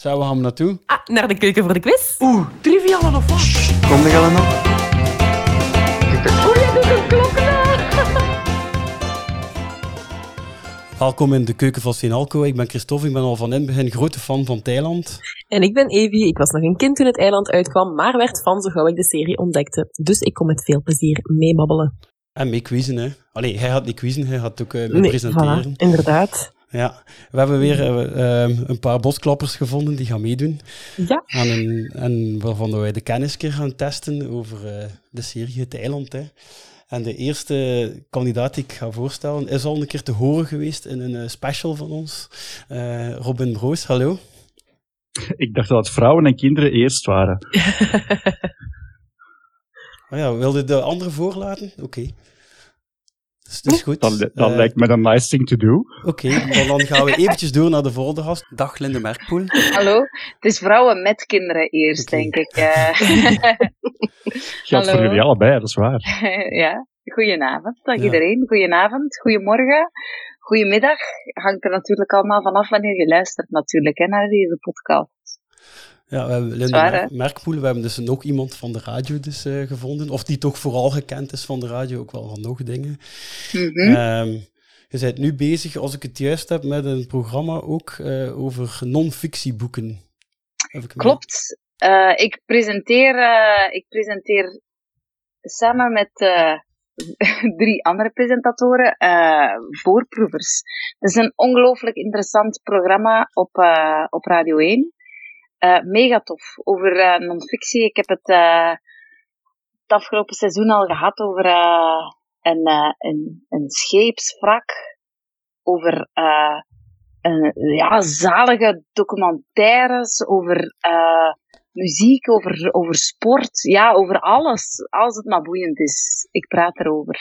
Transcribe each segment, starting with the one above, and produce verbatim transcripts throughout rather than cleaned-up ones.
Zo, we gaan naartoe. Ah, naar de keuken voor de quiz. Oeh, trivialen of wat? Kom de galen nog? Oeh, je doet een klokken. Welkom in de keuken van Sinalco. Ik ben Christophe, ik ben al van in het begin grote fan van Thailand. En ik ben Evie. Ik was nog een kind toen het eiland uitkwam, maar werd fan zo gauw ik de serie ontdekte. Dus ik kom met veel plezier meebabbelen. En mee quizzen, hè. Allee, hij gaat niet quizzen, hij gaat ook uh, mee Nee, presenteren. voilà, inderdaad. Ja, we hebben weer uh, uh, een paar bosklappers gevonden die gaan meedoen. Ja. En, een, en waarvan wij de kennis een keer gaan testen over uh, de serie Het Eiland, hè. En de eerste kandidaat die ik ga voorstellen is al een keer te horen geweest in een uh, special van ons. Uh, Robin Broos, hallo. Ik dacht dat vrouwen en kinderen eerst waren. Oh ja, wilde de andere voorlaten? Oké. Okay. Dus dat is goed. Dat, dat uh, lijkt me een nice thing to do. Oké, okay, dan, dan gaan we eventjes door naar de volgende gast. Dag, Linde Merkpoel. Hallo, het is vrouwen met kinderen eerst, okay. denk ik. Uh. Geldt voor jullie allebei, dat is waar. Ja, goedenavond. Dag ja. iedereen, goedenavond, goedemorgen, goedemiddag. Hangt er natuurlijk allemaal vanaf wanneer je luistert natuurlijk, hè, naar deze podcast. Ja, we hebben Linde Mer- Merkpoel, we hebben dus nog iemand van de radio dus, uh, gevonden, of die toch vooral gekend is van de radio, ook wel van nog dingen. Mm-hmm. Um, je bent nu bezig, als ik het juist heb, met een programma ook uh, over non-fictieboeken. Klopt. Uh, ik, presenteer, uh, ik presenteer samen met uh, drie andere presentatoren uh, Voorproevers. Het is een ongelooflijk interessant programma op, uh, op Radio één. Uh, mega tof. Over uh, non-fictie. Ik heb het, uh, het afgelopen seizoen al gehad over uh, een, uh, een, een scheepswrak. Over uh, een, ja, zalige documentaires. Over uh, muziek, over, over sport. Ja, over alles. Als het maar boeiend is. Ik praat erover.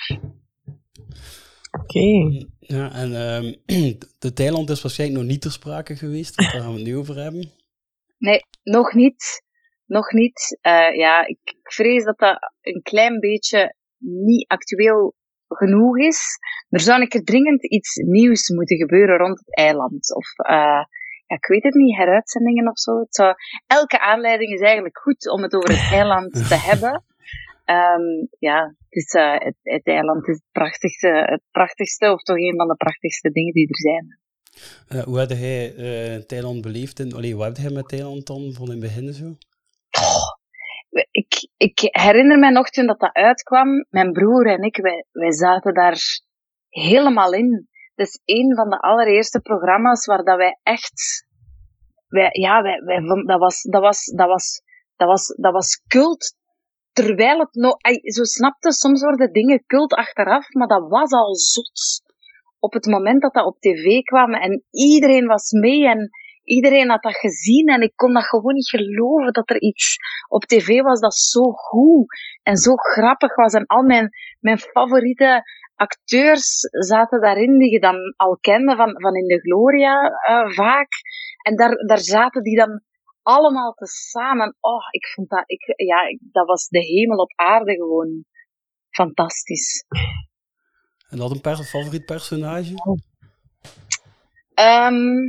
Oké. Okay. Ja, en uh, de Thailand is waarschijnlijk nog niet ter sprake geweest. Daar gaan we het nu over hebben. Nee, nog niet. Nog niet. Uh, ja, ik vrees dat dat een klein beetje niet actueel genoeg is. Er zou een keer dringend iets nieuws moeten gebeuren rond het eiland. Of, uh, ja, ik weet het niet, heruitzendingen of zo. Het zou, elke aanleiding is eigenlijk goed om het over het eiland te hebben. Um, ja, het, is, uh, het, het eiland is het prachtigste, het prachtigste, of toch een van de prachtigste dingen die er zijn. Uh, hoe had jij uh, Thailand beleefd? En, allee, wat heb jij met Thailand dan van in het begin zo? Oh, ik, ik herinner mij nog toen dat, dat uitkwam, mijn broer en ik, wij, wij zaten daar helemaal in. Dat is een van de allereerste programma's waar dat wij echt, wij, ja, wij, wij, dat was, dat was, dat was, dat was, dat was cult, terwijl het nog, zo snapte, soms worden dingen cult achteraf, maar dat was al zot. Op het moment dat dat op tv kwam en iedereen was mee en iedereen had dat gezien en ik kon dat gewoon niet geloven dat er iets op tv was dat zo goed en zo grappig was en al mijn, mijn favoriete acteurs zaten daarin die je dan al kende van, van in de Gloria uh, vaak en daar, daar zaten die dan allemaal tezamen. Oh, ik vond dat, ik, ja, ik, dat was de hemel op aarde gewoon fantastisch. En had een per- favoriet personage? Um,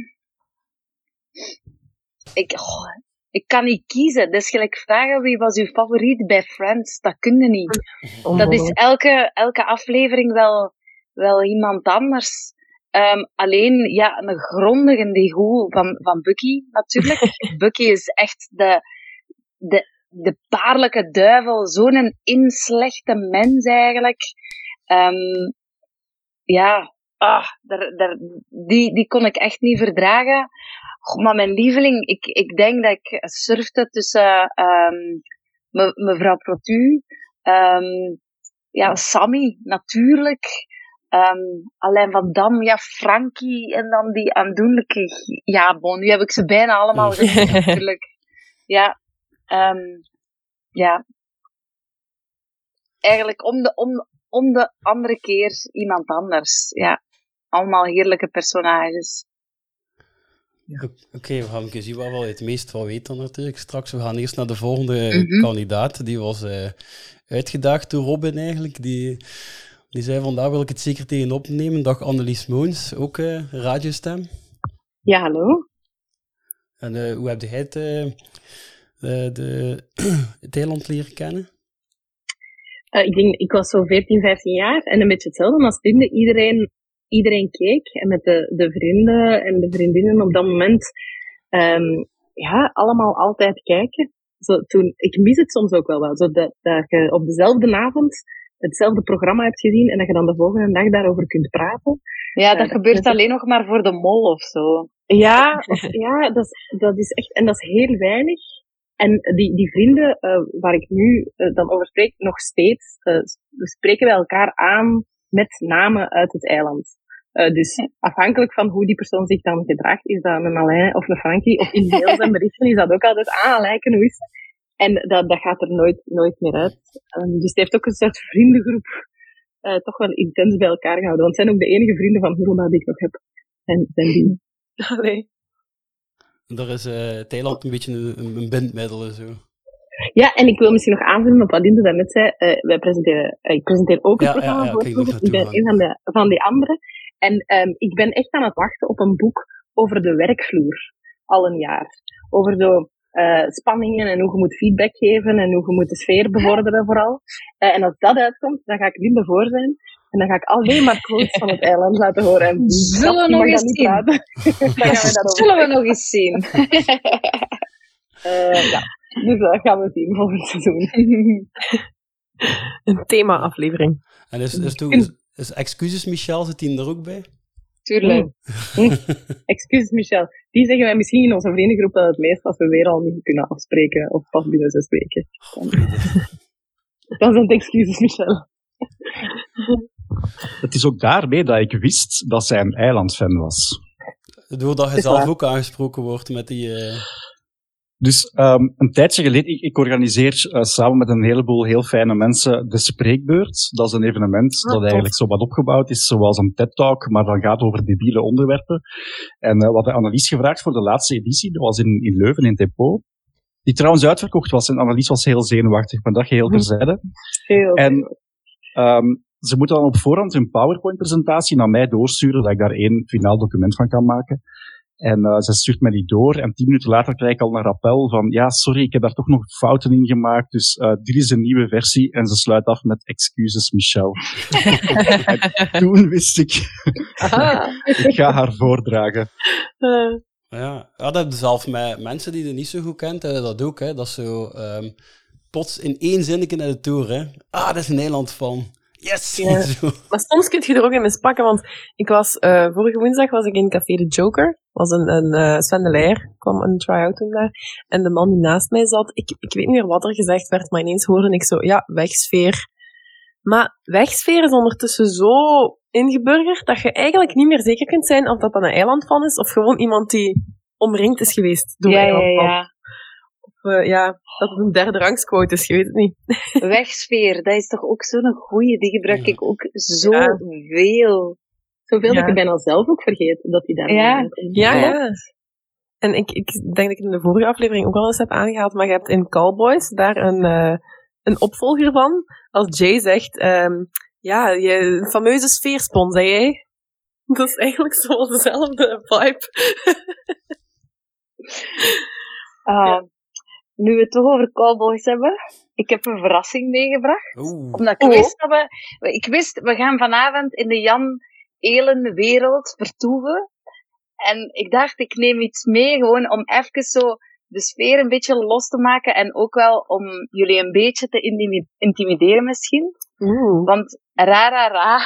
ik, oh, ik kan niet kiezen. Dat is gelijk vragen wie was uw favoriet bij Friends. Dat kun je niet. Oh. Dat is elke, elke aflevering wel, wel iemand anders. Um, alleen, ja, een grondige degoe van, van Bucky, natuurlijk. Bucky is echt de, de, de paarlijke duivel. Zo'n inslechte mens eigenlijk. Um, Ja, ah, daar, daar, die, die kon ik echt niet verdragen. Goh, maar mijn lieveling, ik, ik denk dat ik surfte tussen um, me, mevrouw Protu, um, ja, Sammy, natuurlijk, um, Alain van Dam, ja, Frankie, en dan die aandoenlijke, ja, bon, nu heb ik ze bijna allemaal gezien, natuurlijk. Ja, um, ja. Eigenlijk om de, om, om de andere keer iemand anders. Ja, allemaal heerlijke personages. Ja. Oké, okay, we gaan een keer zien waar we het meest van weten natuurlijk. Straks, we gaan eerst naar de volgende Mm-hmm. kandidaat. Die was uh, uitgedaagd door Robin eigenlijk. Die, die zei, vandaag wil ik het zeker tegenop nemen. Dag Annelies Moons, ook uh, radiostem. Ja, hallo. En uh, hoe heb jij het, uh, de, de, het eiland leren kennen? Uh, ik denk, ik was zo veertien, vijftien jaar en een beetje hetzelfde als vrienden. Iedereen, iedereen keek en met de, de vrienden en de vriendinnen op dat moment, um, ja, allemaal altijd kijken. Zo, toen, ik mis het soms ook wel wel, zo dat, dat je op dezelfde avond hetzelfde programma hebt gezien en dat je dan de volgende dag daarover kunt praten. Ja, dat uh, gebeurt dat, alleen nog maar voor de mol of zo. Ja, of, ja dat, dat is echt, en dat is heel weinig. En die, die vrienden uh, waar ik nu uh, dan over spreek, nog steeds, uh, we spreken wij elkaar aan met namen uit het eiland. Uh, dus afhankelijk van hoe die persoon zich dan gedraagt, is dat een Alain of een Frankie, of in mails en berichten is dat ook altijd, ah, lijken, hoe is het? En dat, dat gaat er nooit, nooit meer uit. Um, dus het heeft ook een soort vriendengroep uh, toch wel intens bij elkaar gehouden. Want het zijn ook de enige vrienden van Hurma die ik nog heb. En zijn die. Allee. Daar is uh, Thailand een beetje een, een bindmiddel en zo. Ja, en ik wil misschien nog aanvullen op wat Linde daarnet zei. Uh, wij presenteren, uh, ik presenteer ook een ja, programma ja, ja, voor ik, ik ben een van de, van die anderen. En um, ik ben echt aan het wachten op een boek over de werkvloer. Al een jaar. Over zo uh, spanningen en hoe je moet feedback geven en hoe je moet de sfeer bevorderen vooral. Uh, en als dat uitkomt, dan ga ik Linde voor zijn. En dan ga ik alleen maar quotes van het eiland laten horen. En zullen we nog eens zien? dan gaan we dat zullen we nog eens zien? uh, ja, dus dat gaan we zien volgend seizoen. Een thema-aflevering. En is, is, toen, is, is Excuses Michel, zit die er ook bij? Tuurlijk. Mm. Mm. Excuses Michel. Die zeggen wij misschien in onze vriendengroep dat het meest als we weer al niet kunnen afspreken of pas binnen zes weken. Dan zijn het Excuses Michel. Het is ook daarmee dat ik wist dat zij een eilandfan was. Doordat je zelf waar. ook aangesproken wordt met die... Uh... Dus um, een tijdje geleden, ik, ik organiseer uh, samen met een heleboel heel fijne mensen de Spreekbeurt. Dat is een evenement ah, dat eigenlijk zo wat opgebouwd is, zoals een TED-talk, maar dan gaat over debiele onderwerpen. En uh, we hadden Annelies gevraagd voor de laatste editie, dat was in, in Leuven, in Depot. Die trouwens uitverkocht was en Annelies was heel zenuwachtig, maar dat geheel terzijde. Heel en um, ze moeten dan op voorhand hun PowerPoint-presentatie naar mij doorsturen, dat ik daar één finaal document van kan maken. En uh, ze stuurt mij die door en tien minuten later krijg ik al een rappel van ja, sorry, ik heb daar toch nog fouten in gemaakt, dus uh, dit is een nieuwe versie. En ze sluit af met Excuses Michel. En toen wist ik, ik ga haar voordragen. Uh. Ja, ja, dat heb je zelf met mensen die je niet zo goed kent, dat ook, hè. Dat is zo um, plots in één zinnetje naar de toer, hè. Ah, dat is een Nederland van. Yes! Ja. Maar soms kun je er ook in mis pakken, want ik was, uh, vorige woensdag was ik in Café de Joker. Was een, een uh, Sven de Leijer, kwam een try-out doen daar. En de man die naast mij zat, ik, ik weet niet meer wat er gezegd werd, maar ineens hoorde ik zo, ja, wegsfeer. Maar wegsfeer is ondertussen zo ingeburgerd, dat je eigenlijk niet meer zeker kunt zijn of dat dan een eiland van is, of gewoon iemand die omringd is geweest door ja, een eiland van. Ja, ja. Uh, ja, dat het een derde rangsquote is, je weet het niet. Wegsfeer, dat is toch ook zo'n goeie, die gebruik ik ook zoveel. Ja. Zoveel ja. dat ik bijna zelf ook vergeet dat die daar ja. Ja, ja. En ik, ik denk dat ik in de vorige aflevering ook al eens heb aangehaald, maar je hebt in Callboys daar een, uh, een opvolger van. Als Jay zegt, um, ja, je fameuze sfeerspon, zei jij. Dat is eigenlijk zo dezelfde vibe. uh, ja. Nu we het toch over Callboys hebben, ik heb een verrassing meegebracht. Oeh. Omdat ik wist dat we, ik wist, we gaan vanavond in de Jan Elen wereld vertoeven. En ik dacht, ik neem iets mee, gewoon om even zo de sfeer een beetje los te maken. En ook wel om jullie een beetje te intimideren misschien. Oeh. Want ra, ra, ra.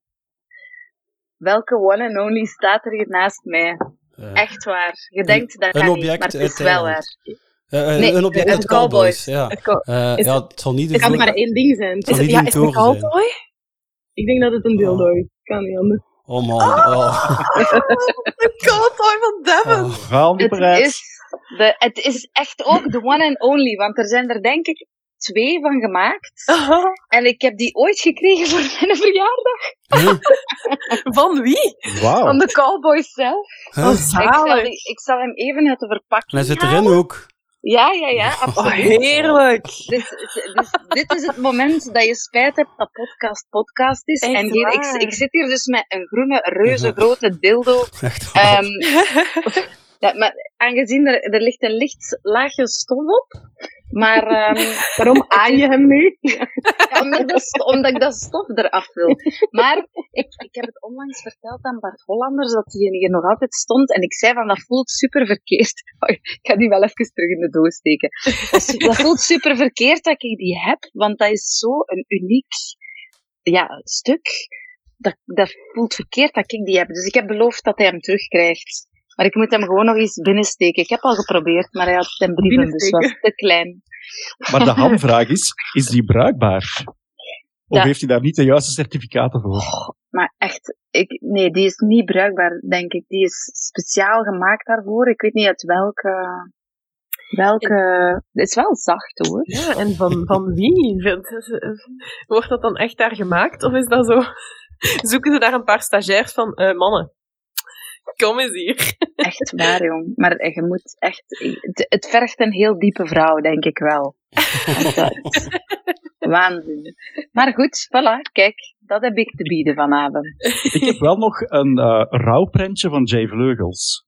Welke one and only staat er hier naast mij? Uh, Echt waar. Je denkt dat gaat niet, maar het is wel waar. Uh, nee, een object uit Callboys, ja. Het, call- uh, is ja. Het zal niet de Het kan maar één ding zijn. Het zal is, niet ja, een is het een cowboy? Ik denk dat het een dildo is. Oh. Kan niet anders. Oh man, oh. Een cowboy van Devon. Oh, haal die het, is de, het is echt ook de one and only, want er zijn er denk ik twee van gemaakt. Uh-huh. En ik heb die ooit gekregen voor mijn verjaardag. Huh? Van wie? Wow. Van de Callboys zelf. Huh? Oh, ik, zal die, ik zal hem even uit de verpakking En hij zit halen. erin ook. Ja, ja, ja, absoluut. Oh, heerlijk. Dus, dus dit is het moment dat je spijt hebt dat podcast podcast is. Echt en hier, ik, waar? ik zit hier dus met een groene, reuze grote dildo. Echt waar. Um, Ja, maar aangezien er, er ligt een licht laagje stof op, maar... Um, Waarom aan je hem nu? ja, omdat, dat, omdat ik dat stof eraf wil. Maar ik, ik heb het onlangs verteld aan Bart Hollanders dat die hier nog altijd stond. En ik zei van, dat voelt super verkeerd. Ik ga die wel even terug in de doos steken. Dat, dat voelt super verkeerd dat ik die heb, want dat is zo een uniek ja, stuk. Dat, dat voelt verkeerd dat ik die heb. Dus ik heb beloofd dat hij hem terugkrijgt. Maar ik moet hem gewoon nog eens binnensteken. Ik heb al geprobeerd, maar hij had ten brieven, dus was te klein. Maar de hamvraag is, is die bruikbaar? Of Ja. heeft hij daar niet de juiste certificaten voor? Maar echt, ik, nee, die is niet bruikbaar, denk ik. Die is speciaal gemaakt daarvoor. Ik weet niet uit welke... Welke... Het is wel zacht, hoor. Ja, en van, van wie? Wordt dat dan echt daar gemaakt? Of is dat zo... Zoeken ze daar een paar stagiairs van... Uh, mannen, kom eens hier. Echt waar, jong. Maar je moet echt... Het, het vergt een heel diepe vrouw, denk ik wel. Dat, waanzin. Maar goed, voilà. Kijk, dat heb ik te bieden vanavond. Ik heb wel nog een uh, rouwprentje van Jay Vleugels.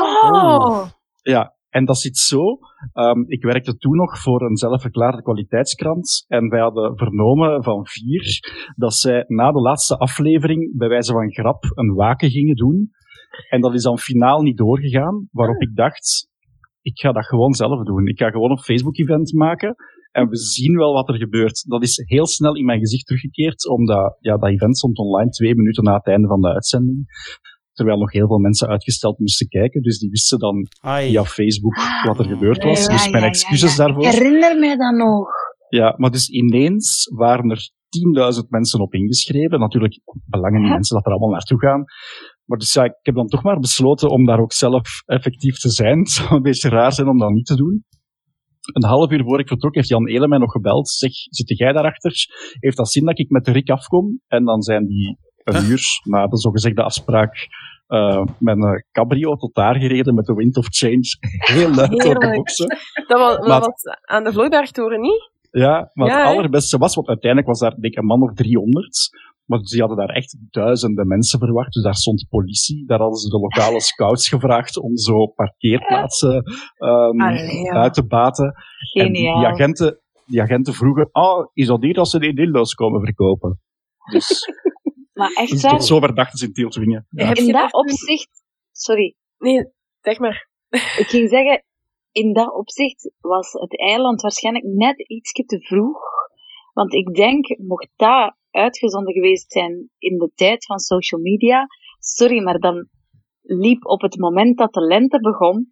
Oh! Ja, en dat zit zo. Um, ik werkte toen nog voor een zelfverklaarde kwaliteitskrant. En wij hadden vernomen van Vier dat zij na de laatste aflevering bij wijze van grap een waken gingen doen. En dat is dan finaal niet doorgegaan. Waarop ik dacht, ik ga dat gewoon zelf doen. Ik ga gewoon een Facebook-event maken. En we zien wel wat er gebeurt. Dat is heel snel in mijn gezicht teruggekeerd. Omdat ja, dat event stond online twee minuten na het einde van de uitzending. Terwijl nog heel veel mensen uitgesteld moesten kijken. Dus die wisten dan Ai. via Facebook wat er gebeurd was. Ja, dus mijn ja, excuses ja, ja. daarvoor. Ik herinner mij dat nog. Ja, maar dus ineens waren er tienduizend mensen op ingeschreven. Natuurlijk belangen die mensen dat er allemaal naartoe gaan. Maar dus ja, ik heb dan toch maar besloten om daar ook zelf effectief te zijn. Het zou een beetje raar zijn om dat niet te doen. Een half uur voor ik vertrok heeft Jan Ele mij nog gebeld. Zeg, zit jij daarachter? Heeft dat zin dat ik met de Rick afkom? En dan zijn die een uur na de zogezegde afspraak uh, met een cabrio tot daar gereden met de Wind of Change. Heel luid door de boksen. Dat was, dat Maar- was aan de Vlooibergtoren, niet? Ja, maar Ja, het hè? allerbeste was, want uiteindelijk was daar denk ik een man of driehonderd. Maar die hadden daar echt duizenden mensen verwacht. Dus daar stond politie. Daar hadden ze de lokale scouts gevraagd om zo parkeerplaatsen um, Allee, ja. uit te baten. En die, Geniaal. die, agenten, die agenten vroegen, ah, is dat hier als ze die dildo's komen verkopen? Dus, Maar echt dus waar, tot zover dachten ze in Tieltwingen. Ja. Heb in je dat echt- opzicht... Sorry. Nee, zeg maar. Ik ging zeggen, in dat opzicht was het eiland waarschijnlijk net ietsje te vroeg. Want ik denk, mocht dat uitgezonden geweest zijn in de tijd van social media, sorry, maar dan liep op het moment dat de lente begon,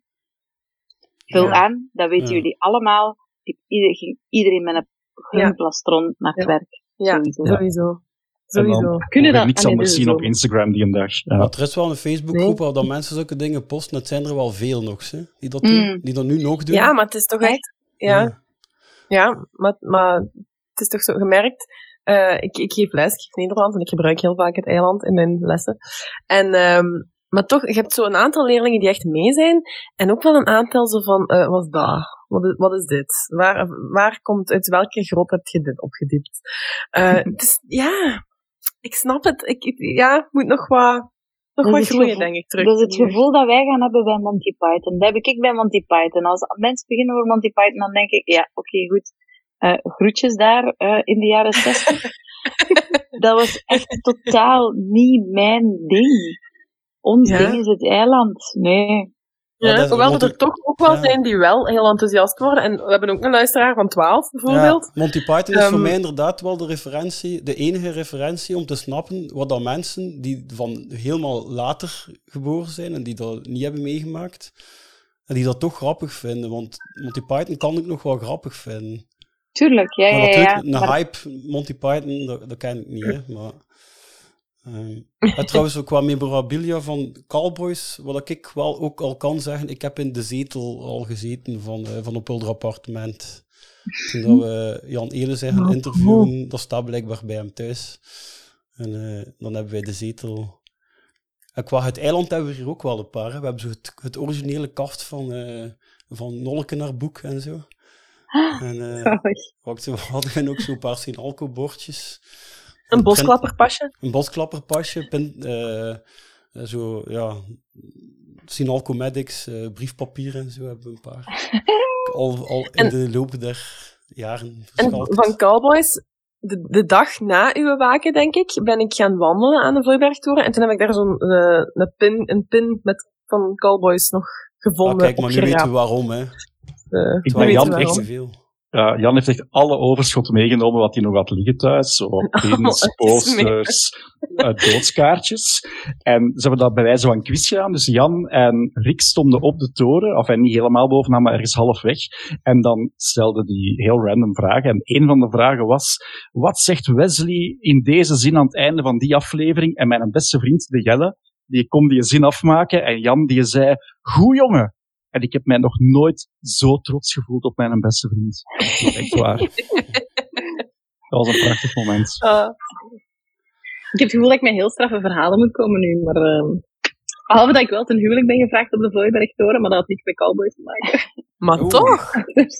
vul Ja. aan, dat weten Ja. jullie allemaal, liep ieder- ging iedereen met een groen Ja. plastron naar het Ja. werk. Ja, Sowieso. sowieso. En dan Sowieso. Kunnen kon dat- je niks ah, nee, anders dus zien zo. op Instagram die een dag. Ja. Maar er is wel een Facebookgroep Nee. waar dat mensen zulke dingen posten. Het zijn er wel veel nog, hè, die dat doen. Mm. Die dat nu nog doen. Ja, maar het is toch echt... Ja, ja maar, maar het is toch zo gemerkt... Uh, ik, ik geef les, ik geef Nederlands en ik gebruik heel vaak het eiland in mijn lessen. En, um, maar toch, je hebt zo een aantal leerlingen die echt mee zijn. En ook wel een aantal zo van, uh, wat is dat? Wat is, wat is dit? Waar, waar komt, uit welke grot heb je dit opgediept? Uh, dus ja, ik snap het. Ik, ik ja, moet nog wat, nog Dat wat is het groeien, gevoel- denk ik, terug. Dat is het gevoel dat wij gaan hebben bij Monty Python. Dat heb ik bij Monty Python. Als mensen beginnen over Monty Python, dan denk ik, ja, oké, okay, goed. Uh, groetjes daar uh, in de jaren zestig. Dat was echt totaal niet mijn ding. Ons Ja. ding is het eiland. Nee. Ja, Ja, dat is- hoewel want er ik- toch ook wel ja. zijn die wel heel enthousiast worden. En we hebben ook een luisteraar van twaalf, bijvoorbeeld. Ja, Monty Python is voor Um, mij inderdaad wel de referentie, de enige referentie om te snappen wat dat mensen die van helemaal later geboren zijn en die dat niet hebben meegemaakt, en die dat toch grappig vinden. Want Monty Python kan ik nog wel grappig vinden. Tuurlijk, ja, Maar ja, ja. natuurlijk, een Maar- hype Monty Python, dat, dat ken ik niet, hè. Maar, um, en trouwens ook qua memorabilia van Cowboys, wat ik wel ook al kan zeggen, ik heb in de zetel al gezeten van, uh, van op Ulder appartement. Toen dat we Jan Ele zijn gaan interviewen, dat staat blijkbaar bij hem thuis. En uh, dan hebben wij de zetel... En qua het eiland hebben we hier ook wel een paar. Hè. We hebben zo het, het originele kaft van, uh, van Nolkenaar boek en zo. En uh, we hadden ook zo'n paar Sinalco-bordjes. Een bosklapperpasje. Een bosklapperpasje. Pin, uh, zo, ja... Sinalco Medics, uh, briefpapier en zo hebben we een paar. al, al in en, de loop der jaren verschald. En van Cowboys, de, de dag na uw waken, denk ik, ben ik gaan wandelen aan de Vlooibergtoren. En toen heb ik daar zo'n uh, een, pin, een pin met, van Cowboys nog gevonden. Ah, kijk, maar nu weten we waarom, hè. Uh, ik ben Jan echt te veel. Uh, Jan heeft echt alle overschot meegenomen wat hij nog had liggen thuis. Zo pins, posters, uh, doodskaartjes. En ze hebben dat bij wijze van quiz gedaan. Dus Jan en Rick stonden op de toren, of niet helemaal bovenaan, maar ergens halfweg. En dan stelden die heel random vragen. En een van de vragen was, wat zegt Wesley in deze zin aan het einde van die aflevering? En mijn beste vriend, de Jelle, die kon die zin afmaken. En Jan die zei, goed jongen. En ik heb mij nog nooit zo trots gevoeld op mijn beste vriend. Dat is echt waar. Dat was een prachtig moment. Uh, ik heb het gevoel dat ik met heel straffe verhalen moet komen nu, maar... Uh, behalve dat ik wel ten huwelijk ben gevraagd op de Vlooibergtoren, maar dat had niks met Cowboys te maken. Maar Oeh. toch?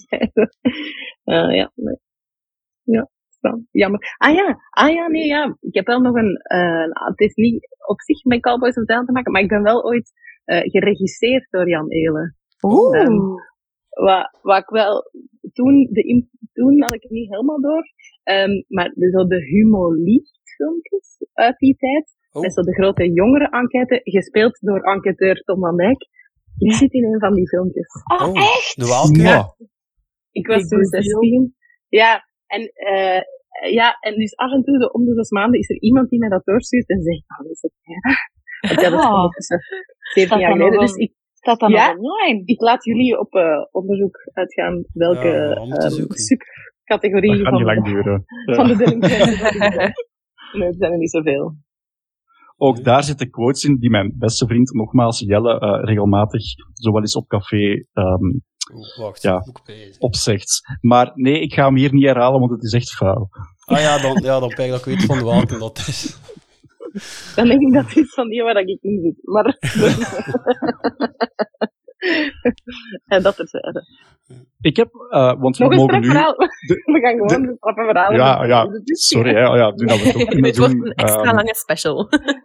uh, ja, nee. Ja, jammer. Ah ja, ah ja, nee, ja. Ik heb wel nog een... Uh, het is niet op zich met Cowboys of te maken, maar ik ben wel ooit uh, geregisseerd door Jan Eelen. Oeh. Um, wat, wat ik wel, toen, de, toen had ik het niet helemaal door, um, maar de, zo de humorlied-filmpjes uit die tijd, oh. met zo de grote jongeren-enquête, gespeeld door enquêteur Tom van Dijk. Ik zit in een van die filmpjes. Oh, oh echt? De Waalke? Ja. Ik was toen zestien. Ja, en, uh, ja, en dus af en toe, de, om de zes maanden, is er iemand die mij dat doorstuurt en zegt, nou, is het ja. Want ja, dat is ondertussen zeven jaar geleden. Dus ik, Staat dat ja, nog online? Ik laat jullie op uh, onderzoek uitgaan welke ja, um, subcategorie van, ja. van de delinquenten. Nee, er zijn er niet zoveel. Ook daar zitten quotes in die mijn beste vriend, nogmaals Jelle, uh, regelmatig zowel eens op café um, oh, wacht, ja, opzegt. Maar nee, ik ga hem hier niet herhalen, want het is echt fout. Ah ja, dan, ja, dan ben ik dat ik weet van de Waalke dat is. Dan denk ik dat het is van die waar ik in zit. Maar... en dat terzijde. Ik heb, uh, want we Nog mogen nu... De, we gaan gewoon de, de strappe verhalen. Ja, ja, sorry, hè. Oh, ja, doen dat we het ook kunnen Dit doen. wordt een extra um, lange special.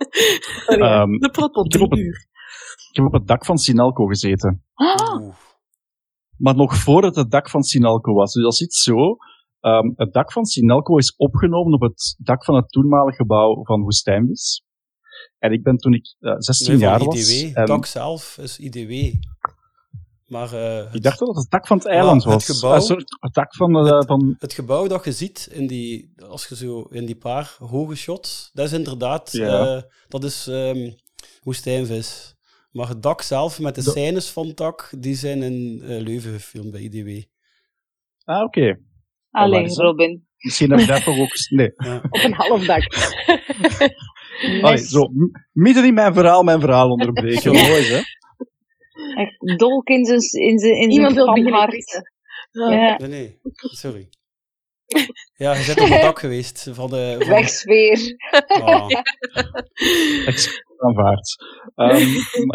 um, de protpot, ik, heb op het, ik heb op het dak van Sinalco gezeten. Ah. Maar nog voor het het dak van Sinalco was. Dus dat zit zo... Um, het dak van Sinalco is opgenomen op het dak van het toenmalig gebouw van Woestijnvis. En ik ben toen ik uh, zestien nee, jaar I D W. was... Het dak zelf is I D W. Maar, uh, ik dacht wel dat het dak van het eiland het was. Gebouw, uh, sorry, het dak van, uh, het, van... Het gebouw dat je ziet in die, als je zo in die paar hoge shots, dat is inderdaad... Ja. Uh, dat is um, Woestijnvis. Maar het dak zelf, met de de... scènes van het dak, die zijn in uh, Leuven gefilmd bij I D W. Ah, oké. Okay. Allee, Robin. Misschien heb ik daar toch ook... Nee. Ja. Op een half dak. Allee, zo, m- midden in mijn verhaal, mijn verhaal onderbreken. Mooi, hè? Echt dolk in zijn in zijn in Iemand zijn wil beginnen hart. Ja. Nee, nee. Sorry. Ja, je bent op het dak geweest. Van de, van... Wegsfeer. Oh. Excuus aanvaard. Um,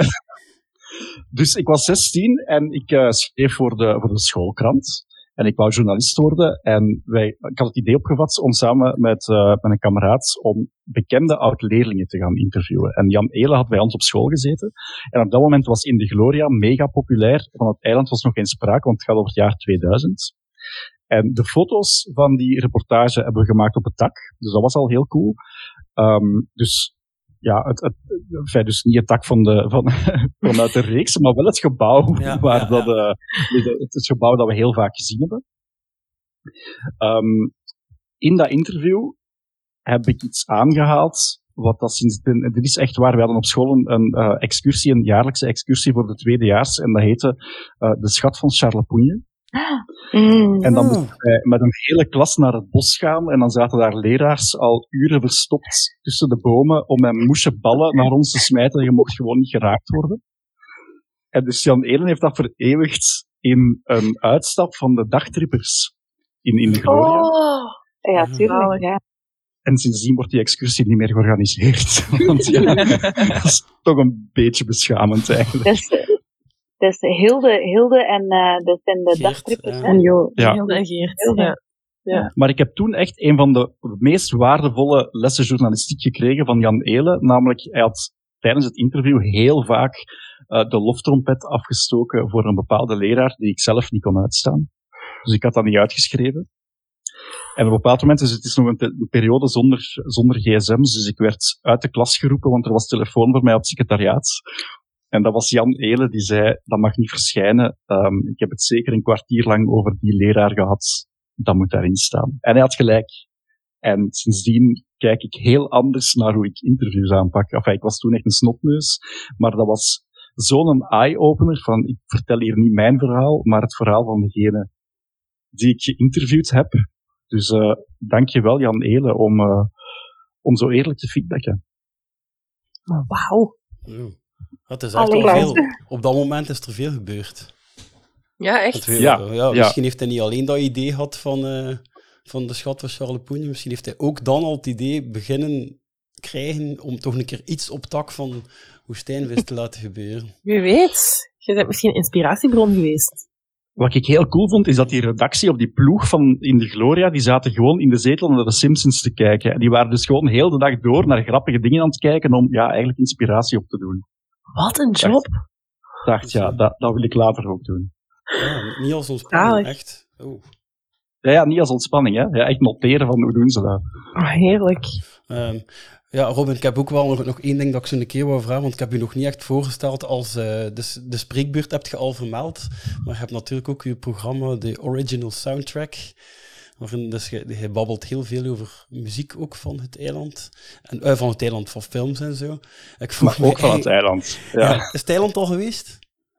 dus ik was zestien en ik uh, schreef voor de, voor de schoolkrant. En ik wou journalist worden. En wij, ik had het idee opgevat om samen met, uh, met een kameraad om bekende oud-leerlingen te gaan interviewen. En Jan Eelen had bij ons op school gezeten. En op dat moment was In de Gloria mega populair. Van het eiland was nog geen sprake, want het gaat over het jaar tweeduizend. En de foto's van die reportage hebben we gemaakt op het dak. Dus dat was al heel cool. Um, dus ja, het, het, het, dus niet het dak van de, van, vanuit de reeks, maar wel het gebouw, ja, waar ja, dat, ja. Uh, het, het gebouw dat we heel vaak gezien hebben. Um, in dat interview heb ik iets aangehaald, wat dat sinds, dit is echt waar, we hadden op school een, een uh, excursie, een jaarlijkse excursie voor de tweedejaars, en dat heette uh, De Schat van Charlepoegne. Mm. En dan moesten wij met een hele klas naar het bos gaan en dan zaten daar leraars al uren verstopt tussen de bomen om met moesje ballen naar ons te smijten. Je mocht gewoon niet geraakt worden. En dus Jan Eelen heeft dat vereeuwigd in een uitstap van de dagtrippers in, in de Gloria. Oh, ja, tuurlijk, ja. En sindsdien wordt die excursie niet meer georganiseerd. Want ja, dat is toch een beetje beschamend eigenlijk. Dat is, dat is Hilde, Hilde en uh, dat zijn de Geert, dagtrippers. Ja. En Jo. Ja. Hilde en Geert. Hilde. Ja. Ja. Maar ik heb toen echt een van de meest waardevolle lessen journalistiek gekregen van Jan Eelen. Namelijk, hij had tijdens het interview heel vaak uh, de loftrompet afgestoken voor een bepaalde leraar die ik zelf niet kon uitstaan. Dus ik had dat niet uitgeschreven. En op een bepaald moment, dus het is nog een, te- een periode zonder, zonder gsm's, dus ik werd uit de klas geroepen, want er was telefoon voor mij op het secretariaat. En dat was Jan Eelen, die zei, dat mag niet verschijnen. Um, ik heb het zeker een kwartier lang over die leraar gehad. Dat moet daarin staan. En hij had gelijk. En sindsdien kijk ik heel anders naar hoe ik interviews aanpak. Enfin, ik was toen echt een snotneus, maar dat was zo'n eye-opener van, ik vertel hier niet mijn verhaal, maar het verhaal van degene die ik geïnterviewd heb. Dus uh, dank je wel, Jan Eelen, om, uh, om zo eerlijk te feedbacken. Oh, wauw. Ja. Het is echt Allee. al veel. Op dat moment is er veel gebeurd. Ja, echt. Want we- Ja, ja, ja. Misschien heeft hij niet alleen dat idee gehad van, uh, van de schat van Charles Poenie. Misschien heeft hij ook dan al het idee beginnen krijgen om toch een keer iets op tak van woestijnvis te laten gebeuren. Wie weet. Je bent misschien een inspiratiebron geweest. Wat ik heel cool vond, is dat die redactie op die ploeg van In de Gloria, die zaten gewoon in de zetel naar de Simpsons te kijken. En die waren dus gewoon heel de dag door naar grappige dingen aan het kijken om ja, eigenlijk inspiratie op te doen. Wat een job. Ik dacht, ja, dat, dat wil ik later ook doen. Ja, niet als ontspanning, Zalig. echt. Oh. Ja, ja, niet als ontspanning, hè. Ja, echt noteren van hoe doen ze dat. Oh, heerlijk. Um, ja, Robin, ik heb ook wel nog, nog één ding dat ik zo een keer wou vragen, want ik heb je nog niet echt voorgesteld als uh, de, de spreekbeurt heb je al vermeld, maar je hebt natuurlijk ook je programma, de Original Soundtrack, waarin dus je, je babbelt heel veel over muziek ook van het eiland, en, uh, van het eiland, van films en zo. Ik vroeg Maar ook me, van het eiland. Ja. Ja, is het eiland al geweest?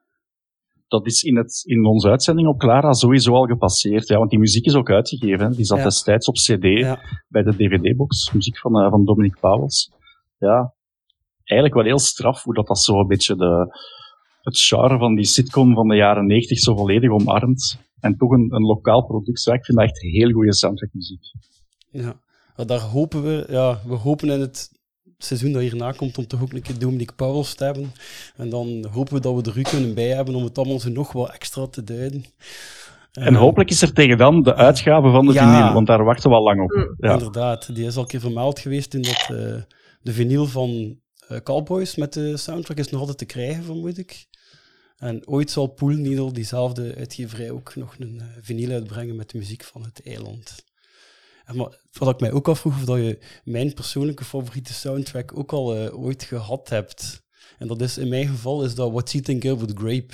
Dat is in, het, in onze uitzending op Clara sowieso al gepasseerd. Ja, want die muziek is ook uitgegeven. Hè. Die zat Ja. destijds op cd Ja. bij de D V D-box. Muziek van, uh, van Dominique Pauwels. Ja, eigenlijk wel heel straf hoe dat, dat zo een beetje de, het genre van die sitcom van de jaren negentig zo volledig omarmt. En toch een, een lokaal product. Ja, ik vind dat echt heel goede soundtrackmuziek. Ja, maar daar hopen we, ja, we hopen in het seizoen dat hierna komt om toch ook een keer Dominique Pauwels te hebben. En dan hopen we dat we er u kunnen bij hebben om het allemaal zo nog wat extra te duiden. En uh, hopelijk is er tegen dan de uitgave van de ja, vinyl, want daar wachten we al lang op. Ja. Inderdaad, die is al een keer vermeld geweest in dat uh, de vinyl van uh, Cowboys met de soundtrack is nog altijd te krijgen, vermoed ik. En ooit zal Pool Needle, diezelfde uitgeverij, ook nog een uh, vinyl uitbrengen met de muziek van het eiland. En maar wat ik mij ook afvroeg, of dat je mijn persoonlijke favoriete soundtrack ook al uh, ooit gehad hebt. En dat is, in mijn geval, is dat What's Eating Gilbert Grape.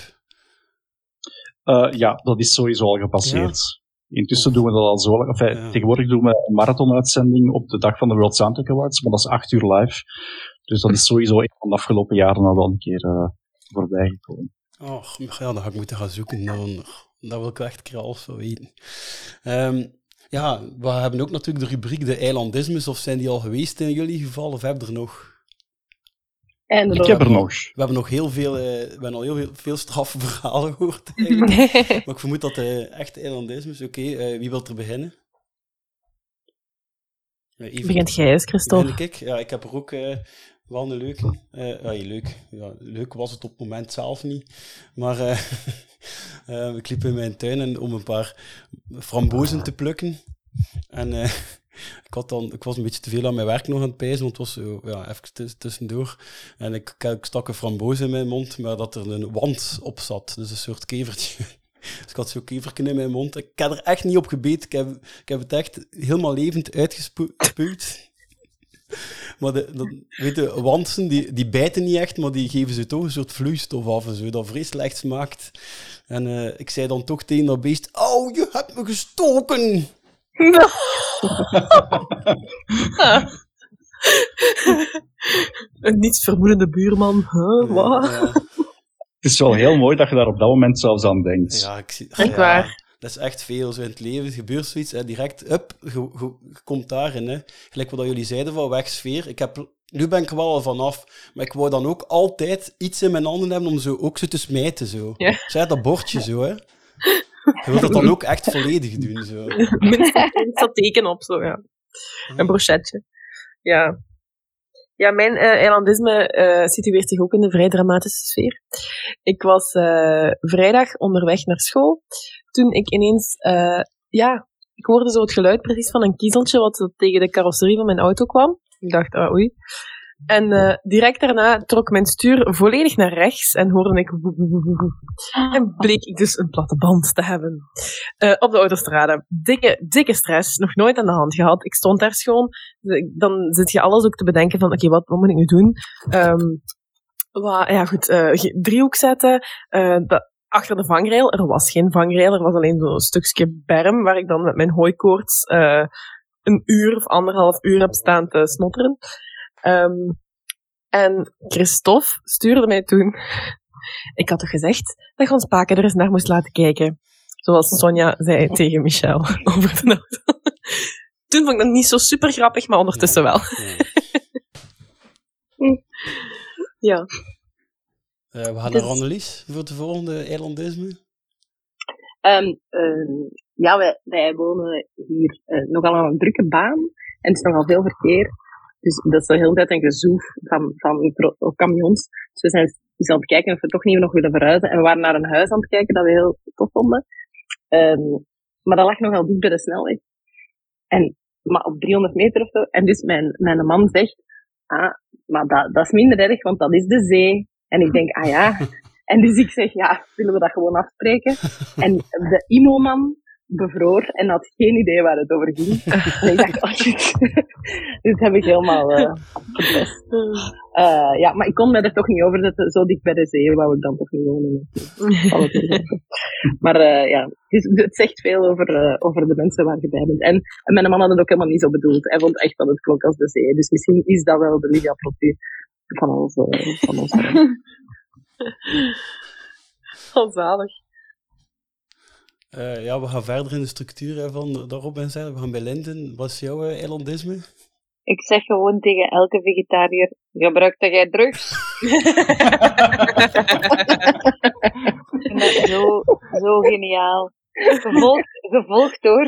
Uh, ja, dat is sowieso al gepasseerd. Ja. Intussen oh. doen we dat al zo lang. Enfin, ja. Tegenwoordig doen we een marathonuitzending op de dag van de World Soundtrack Awards, maar dat is acht uur live. Dus dat is sowieso een van de afgelopen jaren al wel een keer uh, voorbij gekomen. Oh, ja, dan ga ik moeten gaan zoeken. Dan, dat wil ik echt een keer alles van weten. Um, Ja, we hebben ook natuurlijk de rubriek de eilandismes, of zijn die al geweest in jullie geval, of hebben er nog? En ik heb er nog. We hebben nog heel veel, uh, we hebben al heel veel, veel straffe verhalen gehoord eigenlijk. Maar ik vermoed dat uh, echt eilandismes. Oké, okay, uh, wie wil er beginnen? Uh, even, Begint jij eens, Christophe? Begin ik? Ja, ik heb er ook uh, wel een leuke. Uh, ja, leuk. Ja, leuk was het op het moment zelf niet. Maar uh, uh, ik liep in mijn tuin en, om een paar frambozen te plukken. En uh, ik, had dan, ik was een beetje te veel aan mijn werk nog aan het pijzen, want het was zo, ja, even tussendoor. En ik, ik stak een framboos in mijn mond, maar dat er een wand op zat. Dus een soort kevertje. Dus ik had zo'n keverken in mijn mond. Ik heb er echt niet op gebeten. Ik heb, ik heb het echt helemaal levend uitgespuwd. Maar de, de, weet je, wansen, die, die bijten niet echt, maar die geven ze toch een soort vloeistof af en zo, dat vreselijk smaakt. En uh, ik zei dan toch tegen dat beest, oh, je hebt me gestoken! Een nietsvermoedende buurman, huh? Wat? Ja, ja. Het is wel heel mooi dat je daar op dat moment zelfs aan denkt. Ja, ik zie, echt ja, waar. Dat is echt veel zo in het leven. Er gebeurt zoiets, hè, direct, up, je, je, je komt daarin. Hè. Gelijk wat jullie zeiden van wegsfeer. Ik heb, nu ben ik er wel al vanaf, maar ik wou dan ook altijd iets in mijn handen hebben om zo ook zo te smijten. Zo. Ja. Zeg dat bordje zo, hè. Je wilt dat dan ook echt volledig doen. Zo. Minstens dat teken op, zo, ja. Een brochetje. Ja. Ja, mijn uh, eilandisme uh, situeert zich ook in een vrij dramatische sfeer. Ik was uh, vrijdag onderweg naar school, toen ik ineens, uh, ja, ik hoorde zo het geluid precies van een kiezeltje wat tegen de carrosserie van mijn auto kwam. Ik dacht, ah, oei. En uh, direct daarna trok mijn stuur volledig naar rechts en hoorde ik... En bleek ik dus een platte band te hebben. Uh, op de autostrade. Dikke, dikke stress. Nog nooit aan de hand gehad. Ik stond daar schoon. Dan zit je alles ook te bedenken van... Oké, okay, wat, wat moet ik nu doen? Um, wat, ja, goed. Uh, driehoek zetten. Uh, de, achter de vangrail. Er was geen vangrail. Er was alleen zo'n stukje berm waar ik dan met mijn hooikoorts uh, een uur of anderhalf uur heb staan te snotteren. Um, en Christophe stuurde mij toen... Ik had toch gezegd dat je ons Paken er eens naar moest laten kijken. Zoals Sonja zei tegen Michel over de auto. Toen vond ik dat niet zo super grappig, maar ondertussen wel. Ja. Uh, we gaan dus, naar Annelies voor de volgende eilandisme. Um, uh, ja, wij, wij wonen hier uh, nogal aan een drukke baan. En het is nogal veel verkeer. Dus dat is de hele tijd een gezoef van, van camions. Dus we zijn eens aan het kijken of we toch niet nog willen verhuizen. En we waren naar een huis aan het kijken dat we heel tof vonden. Um, maar dat lag nogal diep bij de snelweg. En, maar op driehonderd meter of zo. En dus mijn, mijn man zegt, ah, maar dat, dat is minder erg, want dat is de zee. En ik denk, ah ja. En dus ik zeg, ja, willen we dat gewoon afspreken? En de I M O-man bevroor en had geen idee waar het over ging. En ik dacht, oh shit. Dus heb ik helemaal uh, gepest. Uh, ja, maar ik kon mij er toch niet over zetten. Zo dicht bij de zee wou ik dan toch niet wonen. Maar uh, ja, dus het zegt veel over, uh, over de mensen waar je bij bent. En, en mijn man had het ook helemaal niet zo bedoeld. Hij vond echt dat het klonk als de zee. Dus misschien is dat wel de Lydia Protu van ons. Uh, van ons oh, zalig. Uh, ja, we gaan verder in de structuur hè, van daarop en zijn. We gaan bij Linden. Wat is jouw uh, eilandisme? Ik zeg gewoon tegen elke vegetariër, gebruikte jij drugs? zo, zo geniaal. Gevolgd, gevolgd door...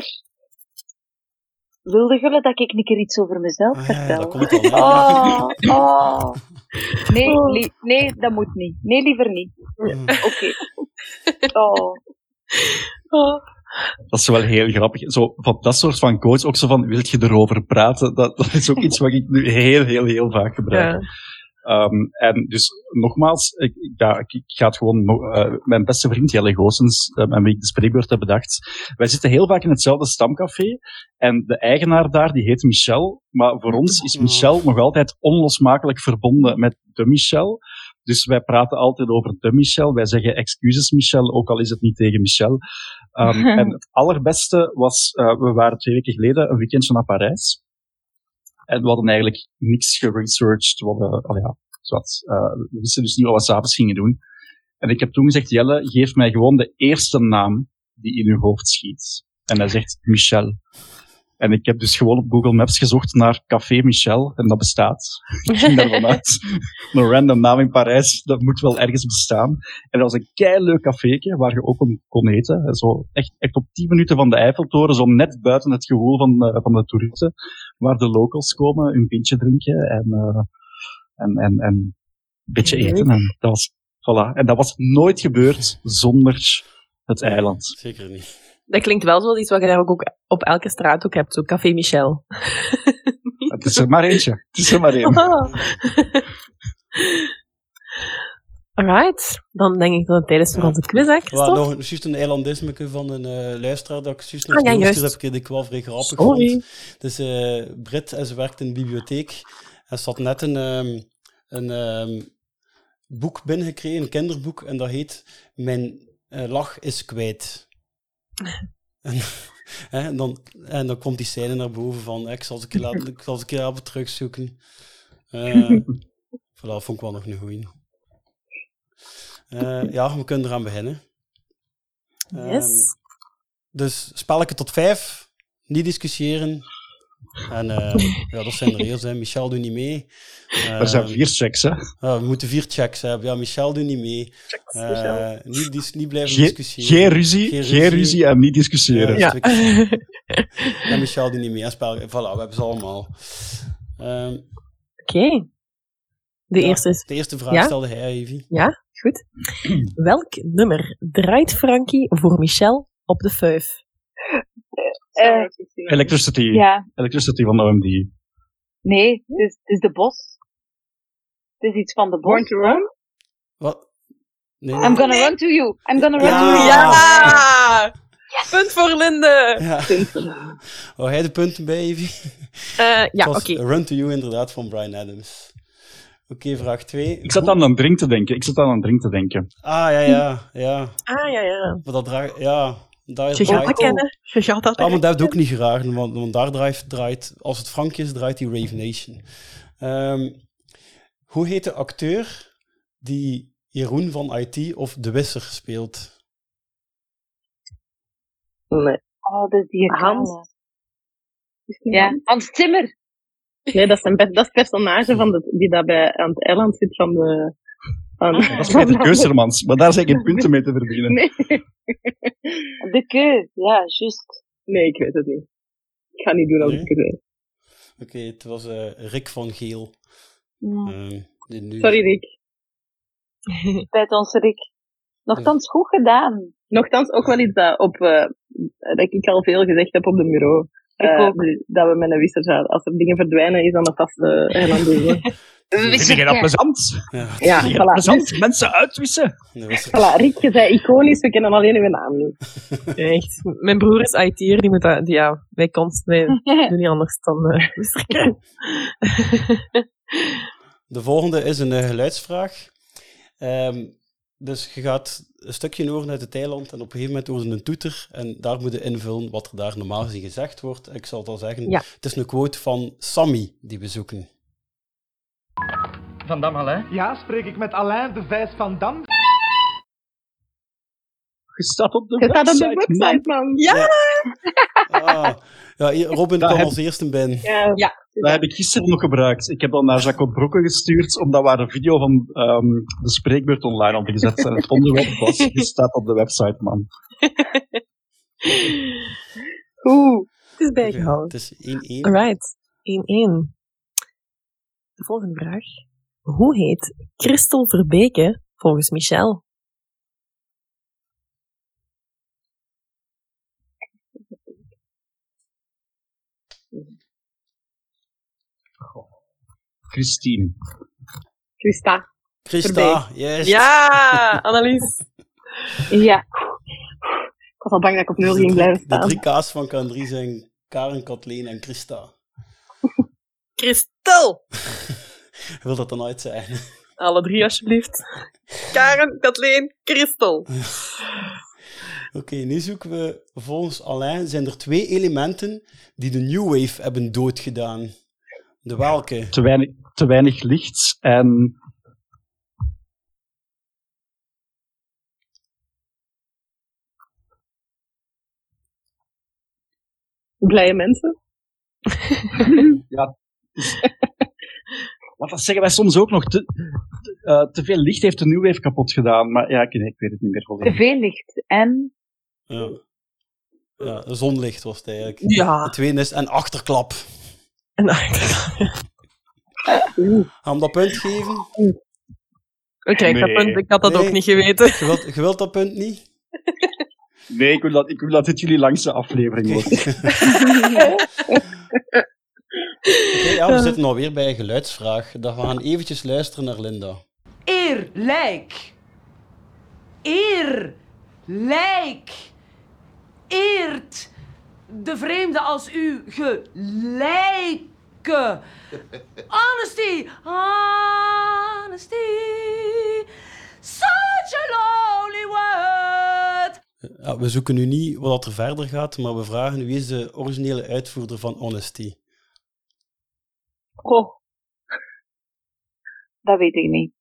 Wilde jullie dat ik een keer iets over mezelf ah, vertel? Ja, dat komt al, oh, oh. Nee, li- nee, dat moet niet. Nee, liever niet. Oké. Okay. Oh. Oh. Dat is wel heel grappig. Zo, van dat soort van quotes, ook zo van, wil je erover praten? Dat, dat is ook iets wat ik nu heel, heel, heel vaak gebruik. Ja. Um, en dus, nogmaals, ik, ja, ik, ik ga het gewoon, uh, mijn beste vriend Jelle Goossens, uh, met wie ik de spreekbeurt heb bedacht. Wij zitten heel vaak in hetzelfde stamcafé. En de eigenaar daar, die heet Michel. Maar voor ons is Michel nog altijd onlosmakelijk verbonden met de Michel. Dus wij praten altijd over de Michel. Wij zeggen excuses Michel, ook al is het niet tegen Michel. Um, en het allerbeste was, uh, we waren twee weken geleden een weekendje naar Parijs. En we hadden eigenlijk niks geresearched. We, hadden, oh ja, zwart, uh, we wisten dus niet wat we s'avonds gingen doen. En ik heb toen gezegd, Jelle, geef mij gewoon de eerste naam die in uw hoofd schiet. En hij zegt Michel. En ik heb dus gewoon op Google Maps gezocht naar Café Michel. En dat bestaat. Ik ging daarvan uit. Een random naam in Parijs, dat moet wel ergens bestaan. En dat was een keileuk caféetje, waar je ook kon, kon eten. Zo echt, echt op tien minuten van de Eiffeltoren, zo net buiten het gewoel van, uh, van de toeristen. Waar de locals komen, een pintje drinken en, uh, en, en, en een beetje eten. En dat was, voilà. En dat was nooit gebeurd zonder het eiland. Zeker niet. Dat klinkt wel zoals iets wat je daar ook op elke straat ook hebt, zo Café Michel. Het is er maar eentje. Het is er maar één. Oh. Alright, dan denk ik dat het tijd is voor ja. onze quiz, hè, Christophe? Well, nog juist een eilandisme van een uh, luisteraar dat ik juist nog ah, ja, juist heb ik, ik wel vrij grappig Sorry. vond. Dus uh, Brit en ze werkt in de bibliotheek en ze had net een, um, een um, boek binnengekregen, een kinderboek, en dat heet Mijn uh, lach is kwijt. En, en, dan, en dan komt die scène naar boven van ik zal ze een keer, laten, ik zal ze een keer helpen terugzoeken. Uh, voilà, vond ik wel nog een goeie. Uh, ja, we kunnen eraan beginnen. Yes. Um, dus spelletje tot vijf, niet discussiëren. En uh, ja, dat zijn er eerst, hè. Michel doet niet mee. Uh, er zijn vier checks, hè? Uh, we moeten vier checks hebben. Ja, Michel doet niet mee. Uh, niet, dis- niet blijven Ge- discussiëren. Geen ruzie, geen ruzie, geen ruzie en niet discussiëren. Ja, ja. En Michel doet niet mee. En spel, voilà, we hebben ze allemaal. Um, Oké. Okay. De ja, eerste is... De eerste vraag ja? stelde hij, Evie. Ja, goed. Welk nummer draait Frankie voor Michel op de vijf? Uh, Electricity. Ja. Electricity van O M D. Nee, het is, het is de Bos. Het is iets van de Born bos. to Run? Wat? Nee, nee. I'm gonna run to you. I'm gonna run Ja. to you. Ja! Punt voor Linde! Ja. Wou jij de punten bij, Evie? Uh, ja, Het oké. was Run to You inderdaad van Bryan Adams. Oké, okay, vraag twee. Ik zat aan een drink te denken. Ik zat aan een drink te denken. Ah, ja, ja, ja. Ah, ja, ja. Maar dat draait, ja. Daar Je gaat draait dat kennen. Je gaat dat Ah, maar dat heb ik ook niet graag, want, want daar draait, draait, als het Frank is, draait die Rave Nation. Um, hoe heet de acteur die Jeroen van I T of De Wisser speelt? Nee. Oh, dat is die Hans. kale. Is het niet Ja, Hans? Hans Zimmer. Nee, dat is, een, dat is het personage van de, die daar bij, aan het eiland zit van de... Van, Dat is Peter Keustermans, maar daar zijn geen punten mee te verdienen. Nee. De keu. Ja, juist. Nee, ik weet het niet. Ik ga niet doen als Nee? ik het weet. Oké, okay, het was uh, Rick van Geel. Mm. Um, die nu... Sorry, Rick. Spijt ons, Rick. Nochtans goed gedaan. Nochtans ook wel iets dat, op, uh, dat ik al veel gezegd heb op de bureau. Ik Uh, ook. dat we met een wisser zouden. Als er dingen verdwijnen, is dan een vaste eilanddoer. Vind je dat plezant? Ja, Ja, Vind je dat voilà. plezant? Mensen uitwissen? De Wisser. Voilà, Rick, je zei iconisch, we kennen alleen uw naam niet. Echt. Mijn broer is I T'er, die moet dat... Die, ja, wij konst, wij doen niet anders dan... Uh, De volgende is een uh, geluidsvraag. Um, dus je gaat een stukje horen uit het eiland en op een gegeven moment horen ze een toeter en daar moet je invullen wat er daar normaal gezien gezegd wordt. Ik zal het al zeggen. Ja. Het is een quote van Sammy die we zoeken. Van Dam, Alain? Ja, spreek ik met Alain de Vijs van Dam? Je staat op de Je staat op website, de website, man. ja! Ah, ja, hier, Robin Dat kwam heb- als eerste binnen. Ja. Ja. Dat heb ik gisteren nog gebruikt. Ik heb dat naar Jacob Brokke gestuurd, omdat we een video van um, de spreekbeurt online hadden gezet. En het onderwerp was, je staat op de website, man. Oeh, het is Oké, bijgehouden. het is één één. Alright, één één. De volgende vraag. Hoe heet Christel Verbeke volgens Michel? Christine. Christa. Christa, yes. Ja, Annelies. Ja. Ik was al bang dat ik op nul de, ging blijven drie, de staan. drie K's van K N drie zijn Karen, Kathleen en Christa. Christel. Je wilt dat dan uitzeggen? Alle drie, alsjeblieft. Karen, Kathleen, Christel. Oké, okay, nu zoeken we volgens Alain zijn er twee elementen die de New Wave hebben doodgedaan. De welke? Te weinig, te weinig licht en... Blije mensen. Want dat zeggen wij soms ook nog. Te, te, uh, te veel licht heeft de New Wave kapot gedaan. Maar ja, ik, ik weet het niet meer. Te Volgens. veel licht. En... Ja. Ja, zonlicht was het eigenlijk. Ja. Het tweede is een achterklap. En Oeh. Ga hem dat punt geven? ik krijg dat Nee. punt, ik had dat Nee. ook niet geweten. Je wilt, je wilt dat punt niet? Nee, ik wil, dat, ik wil dat dit jullie langste aflevering wordt. Okay, ja, we zitten alweer bij een geluidsvraag. Dan gaan we gaan eventjes luisteren naar Linda. Eerlijk. Eerlijk. Eert de vreemde als u gelijke. Honesty. Honesty. Such a lonely word. Ja, we zoeken nu niet wat er verder gaat, maar we vragen wie is de originele uitvoerder van Honesty? Goh. Dat weet ik niet.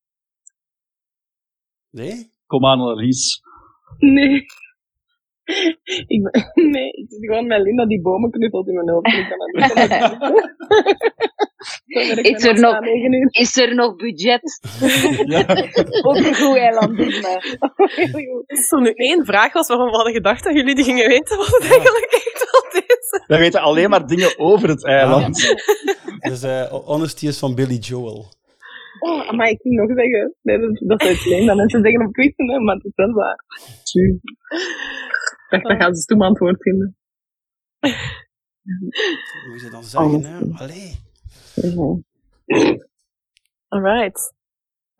Nee? Kom aan, Annelies. Nee. Ik ben, nee, het is gewoon mijn Linda die bomen knuffelt in mijn hoofd. Ik kan dat niet. Is er nog- Is er nog budget? Ja. Ook een goed eilandisme. Als er nu één vraag was waarvan we hadden gedacht dat jullie die gingen weten, was het eigenlijk echt wel deze. Wij weten alleen maar dingen over het eiland. Dus uh, Honesty is van Billy Joel. Oh, maar ik ging nog zeggen. Nee, dat, dat is het alleen dat mensen zeggen op quizzen, hè, maar het is wel waar. Ik dacht, dan gaan ze stoem antwoord vinden. Hoe moet je dan zeggen, hè? Allee. Ja. Alright.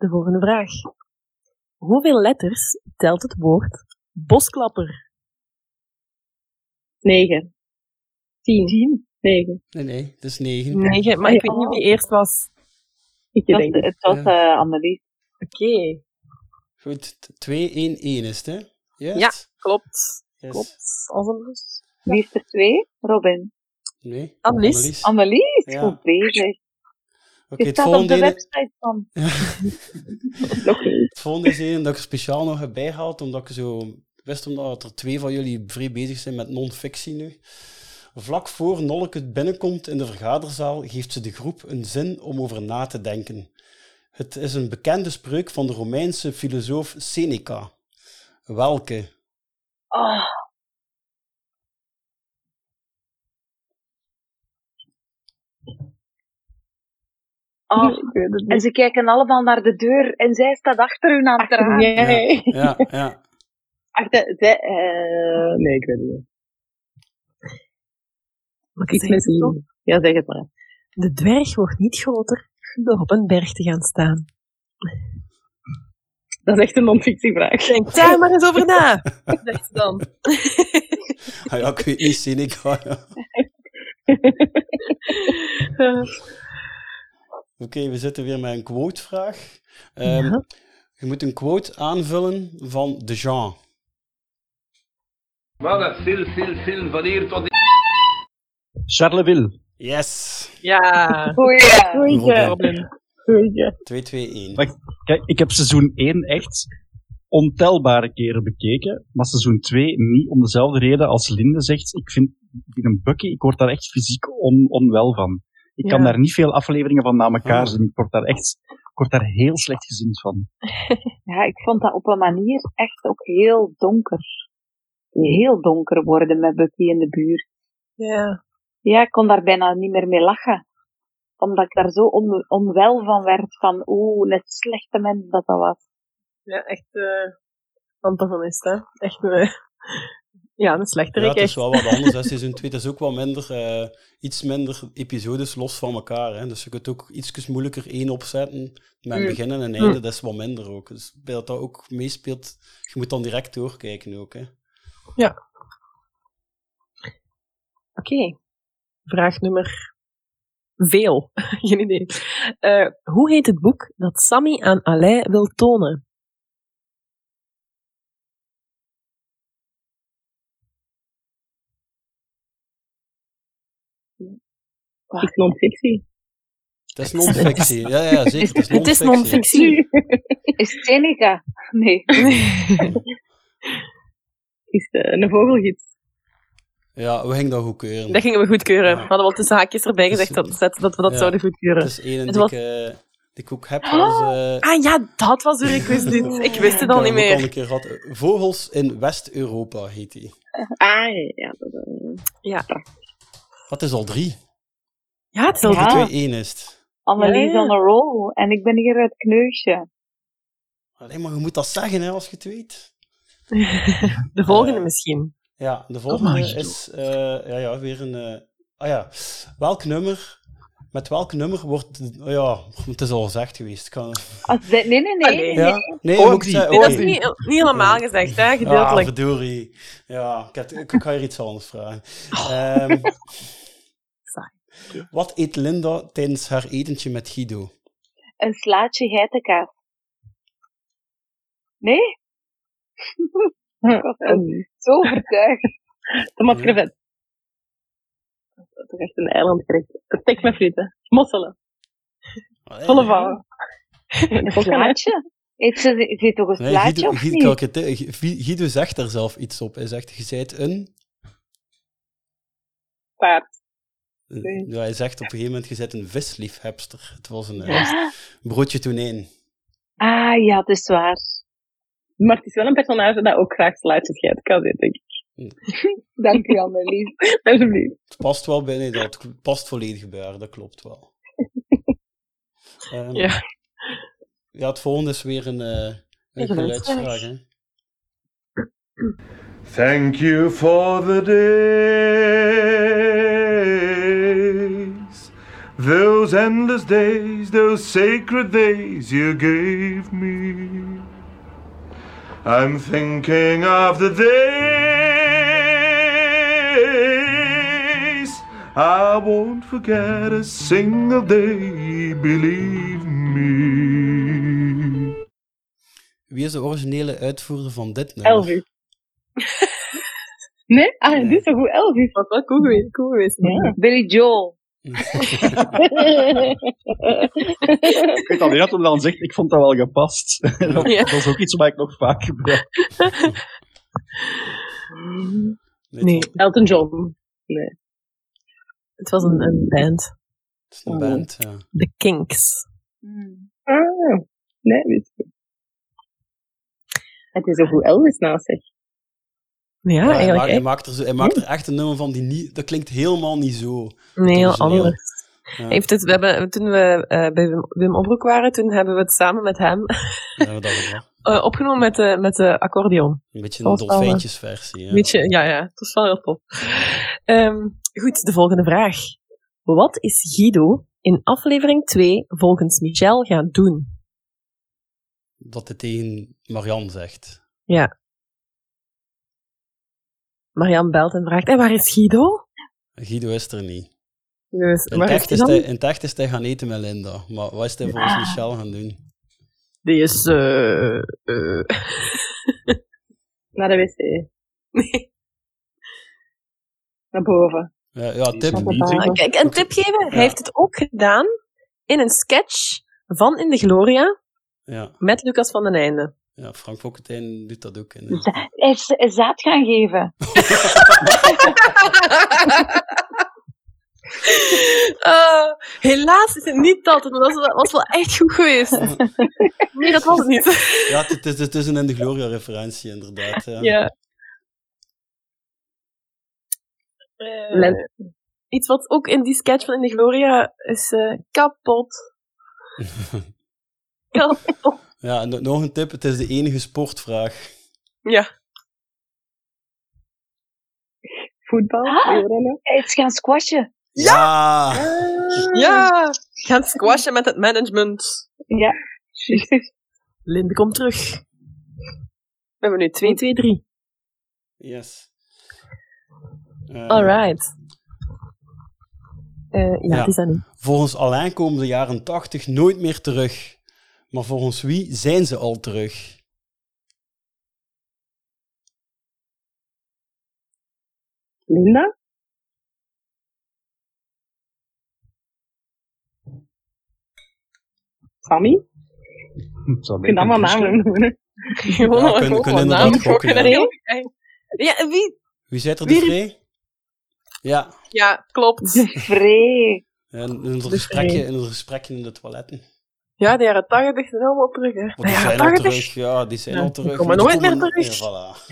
de volgende vraag. Hoeveel letters telt het woord bosklapper? Negen. Tien. Tien. Negen. Nee, nee, het is negen. Negen, maar ik weet niet wie eerst was. Ik Het was, denk het. het was Ja. uh, Annelies. Oké, okay. Goed, twee één één is het, hè? Juist? Ja. klopt. Yes. Klopt, als een bus. Wie is er twee? Robin. Nee, Annelies. Annelies. Annelies, Ja. goed bezig. Oké, Je het staat op de volgende, ene- website van. Nog niet. het volgende is een dat ik er speciaal nog heb bijgehaald, omdat ik zo wist omdat er twee van jullie vrij bezig zijn met non-fictie nu. Vlak voor Nolke binnenkomt in de vergaderzaal, geeft ze de groep een zin om over na te denken. Het is een bekende spreuk van de Romeinse filosoof Seneca. Welke? Oh. Oh, Ik weet het en niet. ze kijken allemaal naar de deur en zij staat achter hun aan het raam. Nee. Ja, ja. Achter, zij, eh, nee, ik weet het niet. Mag ik Iets zeggen, met toch? die. Ja, zeg het maar. De dwerg wordt niet groter door op een berg te gaan staan. Dat is echt een non-fictievraag. Denk daar maar eens over na. Zegt ze dan. Ah ja, ik weet niet, Seneca. Ja. Oké, we zitten weer met een quote-vraag. Ehm, Ja. Je moet een quote aanvullen van de Jean. Wat een film, film, film van hier tot... Charleville. Yes! Ja. Goeie. Robin. Robin. Goeie. twee twee één. Maar kijk, ik heb seizoen één echt ontelbare keren bekeken, maar seizoen twee niet om dezelfde reden als Linde zegt. Ik vind die een Bucky, ik word daar echt fysiek on, onwel van. Ik kan Ja. daar niet veel afleveringen van na elkaar Ah. zien. Ik word daar echt, ik word daar heel slecht gezind van. Ja, ik vond dat op een manier echt ook heel donker. Heel donker worden met Bucky in de buurt. Ja. Ja, ik kon daar bijna niet meer mee lachen. Omdat ik daar zo on, onwel van werd. Van, oeh, een slechte mens dat dat was. Ja, echt uh, antagonist, hè. Echt uh, ja, een slechterik. Ja, het is echt. wel wat anders. Hè. Seizoen twee het is ook wat minder, eh, iets minder episodes los van elkaar. Hè. Dus je kunt ook iets moeilijker één opzetten met een Mm. begin en een einde. Dat is wat minder ook. Dus bij dat dat ook meespeelt, je moet dan direct doorkijken ook. Hè. Ja. Oké. Okay. Vraag nummer veel. Geen idee. Uh, hoe heet het boek dat Sammy aan Alain wil tonen? Het is non-fictie. Het is non-fictie. Ja, ja, zeker. Het is Het is non-fictie. non-fictie. Is het Seneca? Nee. Is uh, een vogelgids. Ja, we gingen dat goedkeuren. Dat gingen we goedkeuren. We Ja. hadden wel tussen haakjes erbij gezegd dat, dat we dat Ja. zouden goedkeuren. Het is één Het die, was- ik, uh, die ik ook heb. Als, uh, Ah ja, dat was er. Ik wist dit. Ik wist het al niet ik heb hem ook al meer. een keer gehad. Vogels in West-Europa heet die. Ah, ja. Dat, uh, Ja, Dat is al drie. ja het is al Ja. goed. twee één is het. Annelies Ja, ja. on a roll. En ik ben hier het kneusje. Allee, maar je moet dat zeggen hè, als je het weet. De volgende Eh, misschien. Ja, de volgende maar, Guido. is uh, ja, ja, weer een... Uh, ah ja, welk nummer... Met welk nummer wordt... Oh ja, het is al gezegd geweest. Ik kan... Als de, nee, nee, nee. Allee. nee, Ja? nee. Nee, Oh, moet ik die. zeggen? Nee, dat Oké. is niet, niet helemaal gezegd, hè? Ah, Gedeeltelijk. verdorie. Ja, ik, heb, ik, ik ga hier iets anders vragen. Ehm, Saai. wat eet Linda tijdens haar etentje met Guido? Een slaatje geitenkaas. Nee? Ik was zo, um, zo overtuigd. tomaat Ja. crevet. Dat is echt een eilandgerecht. Steak met frieten. Mosselen. Allee. Volle vouwen. Een slaatje? Eet ze, ze eet toch een Nee, slaatje Guido, of Guido, niet? kan ik het- Guido- Guido zegt daar zelf iets op. Hij zegt, je zei het een... Paard. Eh, Ja, hij zegt op een gegeven moment, je bent een visliefhebster. Het was een uh, broodje tonijn. Ah, ja, dat is waar. Maar het is wel een personage dat ook graag sluitjes geit kan eten, denk ik. Dank u, Annelies. Alsjeblieft. Het past wel bij, nee, dat past volledig bij haar, dat klopt wel. Ehm, Ja. ja, het volgende is weer een, uh, een Een geluidsvraag. Hè. Thank you for the days, those those endless days, those sacred days you gave me. I'm thinking of the days I won't forget a single day, believe me. Wie is de originele uitvoerder van dit nummer? Elvis. Nee? Ah, dit is zo goed, Elvis. Wat wel cool geweest. Cool geweest. Ja. Billy Joel. Ik weet alleen dat hij dan zegt, ik vond dat wel gepast. dat, Ja. dat is ook iets wat ik nog vaak gebruik. Nee, Elton John. Nee. het was een, een band. Het is een band, ja. The Kinks. Ah, nee, weet ik niet. Het is zo goed Elvis naast zich. Ja, Ja, hij, eigenlijk maakt, hij, echt. maakt er zo, hij maakt er echt een nummer van die niet... Dat klinkt helemaal niet zo. Nee, heel origineel. anders. Ja. Heeft het, we hebben, toen we uh, bij Wim, Wim Opbroek waren, toen hebben we het samen met hem Ja, dat is wel. uh, opgenomen met de, met de accordeon. Een beetje Dat een was wel, uh, dolfijntjesversie. Ja. Beetje, ja, ja, het was wel heel tof. Um, goed, de volgende vraag. Wat is Guido in aflevering twee volgens Michel gaan doen? Dat hij tegen Marianne zegt. Ja. Marianne belt en vraagt, en waar is Guido? Guido is er niet. Dus, In waar het echt is is, hij hij, dan? in het echt is hij gaan eten met Linda. Maar wat is hij volgens Ah. Michel gaan doen? Die is, uh, uh... Naar de wc. Nee. Naar boven. Ja, ja tip. Ah, kijk, een tip geven. Hij heeft het ook gedaan in een sketch van In de Gloria Ja, met Lucas van den Einde. ja Frank Fokkentijn doet dat ook. In, Za- Hij is hij is zaad gaan geven. Uh, helaas is het niet dat, maar dat was, was wel echt goed geweest. Nee, dat was het niet. Ja, het, het, is, het is een In de Gloria-referentie, inderdaad. Ja. Ja. Uh, iets wat ook in die sketch van In de Gloria is uh, kapot. Kapot. Ja, en nog een tip. Het is de enige sportvraag. Ja. Voetbal, Ah. wielrennen. Hij is gaan squashen. Ja! Ja! Gaan squashen met het management. Ja. Linde komt terug. We hebben nu twee twee drie. Yes. Uh, Alright. Uh, ja, Ja. het is dat niet. Volgens Alain komen de jaren tachtig nooit meer terug. Maar volgens wie zijn ze al terug? Linda? Sammy? Zou Ik kan allemaal namen noemen. Gewoon Ja, ja, kunnen- kunnen inderdaad namen gokken, gokken. ja. Nee. Ja, wie? Wie zit er de Wie- vrij? Ja. Ja, klopt. Vree. Ja, in een De gesprekje, vrij. in een gesprekje in de toiletten. Ja, de jaren tachtig zijn allemaal terug, hè. Want De die jaren zijn al tachtig? terug. Ja, die zijn Ja, al die terug. komen Maar die nooit meer komen- terug. Ja, voilà.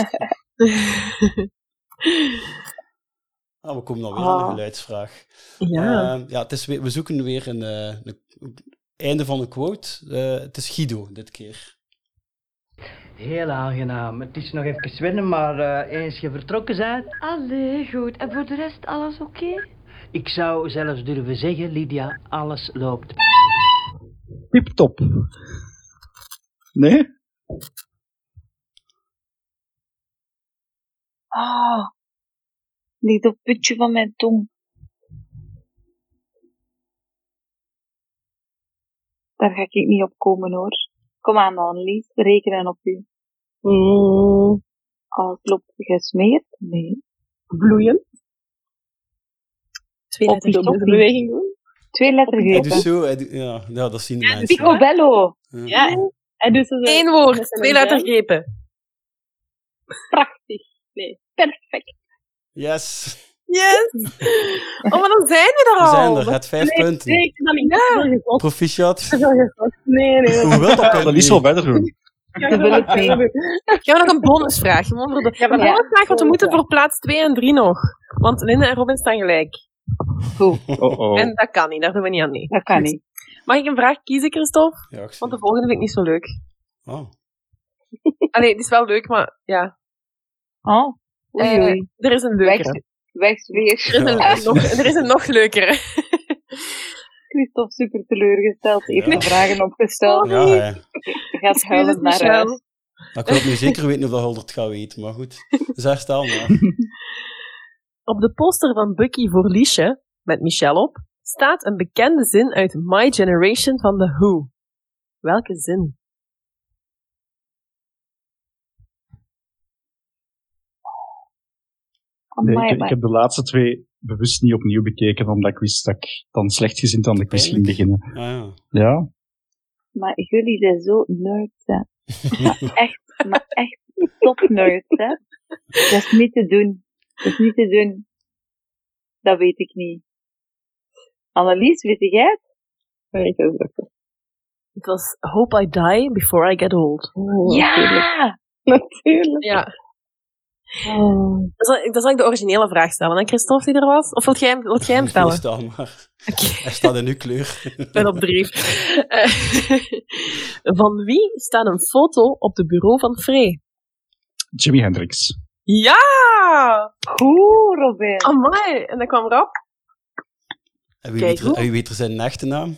Ah, we komen alweer aan de Ah. geluidsvraag. Ja. Uh, ja, het is weer, we zoeken weer een, uh, een, een einde van de quote. Uh, het is Guido, dit keer. Heel aangenaam. Het is nog even wennen, maar uh, eens je vertrokken bent... Allee, goed. En voor de rest alles oké? Okay? Ik zou zelfs durven zeggen, Lydia, alles loopt. Tip-top. Nee? Ah, ligt op het puntje van mijn tong. Daar ga ik niet op komen, hoor. Kom aan dan, Lies. We rekenen op u. Mm, Alles loopt gesmeerd? Nee. bloeien. Twee Op letters de top. beweging doen. Twee Hij doet lettergrepen. zo, hij doet- ja, ja, dat zien de mensen. Picobello. Ja. Ja. En dus dat is Eén met woord, zijn twee duim. lettergrepen. Prachtig. Nee, perfect. Yes, Yes! Oh, maar dan zijn we er we zijn al. er. Het vijf Nee, punten. nee, ik heb dat niet Ja. ja. Proficiat. Nee, nee. Hoe wil dat? Ik kan wil niet zo niet. verder doen. Ja, We willen twee. Gaan we nog een bonusvraag? Gewoon voor de Ja, maar een ja. bonusvraag, want we moeten voor plaats twee en drie nog. Want Linda en Robin staan gelijk. Goed, Oh oh. En dat kan niet, daar doen we niet aan mee. dat kan niet. Mag ik een vraag kiezen, Christophe? Ja, ik zie Want de het. volgende vind ik niet zo leuk. Oh. Allee, het is wel leuk, maar ja. Oh, oei, Eh, oei. er is een Weg, leukere. weg weer. Er is een, Ja. nog, er is een nog leukere. Christophe super teleurgesteld. Heeft Ja. de vragen opgesteld. Ja, hè. Gaat huilend naar huis. Maar ik wil ook nu zeker weten of dat Hulder het gaat weten, maar goed. Zeg, stel maar. Op de poster van Bucky voor Liesje, met Michelle op, staat een bekende zin uit My Generation van The Who. Welke zin? Nee, Amai, ik, ik maar- heb de laatste twee bewust niet opnieuw bekeken, omdat ik wist dat ik dan slechtgezind aan de quiz ging beginnen. Ah, ja. Ja? Maar jullie zijn zo nerds, hè. Maar echt, maar echt top nerds, hè. Dat is niet te doen. Dat is niet te doen. Dat weet ik niet. Annelies, weet jij het? Nee, ik weet het ook. Het was Hope I Die Before I Get Old. Ja! Natuurlijk. Ja. Oh. Dan zal, dan zal ik de originele vraag stellen, hè, Christophe, die er was? Of wilt jij hem, wilt jij hem stellen? Nee, stel maar. Hij staat in uw kleur. Ik ben op dreef. Eh, van wie staat een foto op de bureau van Frey? Jimi Hendrix. Ja! Goed, Robin. Amai, en dat kwam erop. En wie, Kijk, weet er, hoe? en wie weet er zijn echte naam?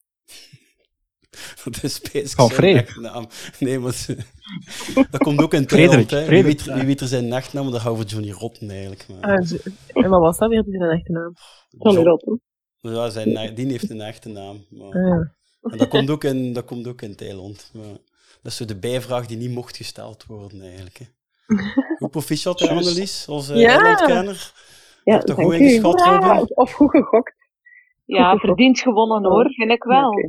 Dat is basic Van zijn Frey. echte naam. Nee, maar ze- dat komt ook in Frederik, Thailand. Hè. Wie, Frederik, weet, ja. wie weet er zijn echte naam, maar dat houden we Johnny Rotten eigenlijk. Maar. Ah, zo- en wat was dat weer, die zijn echte naam? Johnny John- Rotten. Ja, zijn, ne- die heeft een echte naam. Maar. Ah, ja. En dat komt ook in, dat komt ook in Thailand. Maar dat is zo de bijvraag die niet mocht gesteld worden, eigenlijk. Hè. Hoe proficiat, hè, Juist. Annelies, als uh, Ja. Eilandkenner? Ja, Heb je toch dank goed u. ingeschat, Ja, Robin? of goed gegokt. Ja, verdiend gewonnen hoor, vind ik wel. Oké.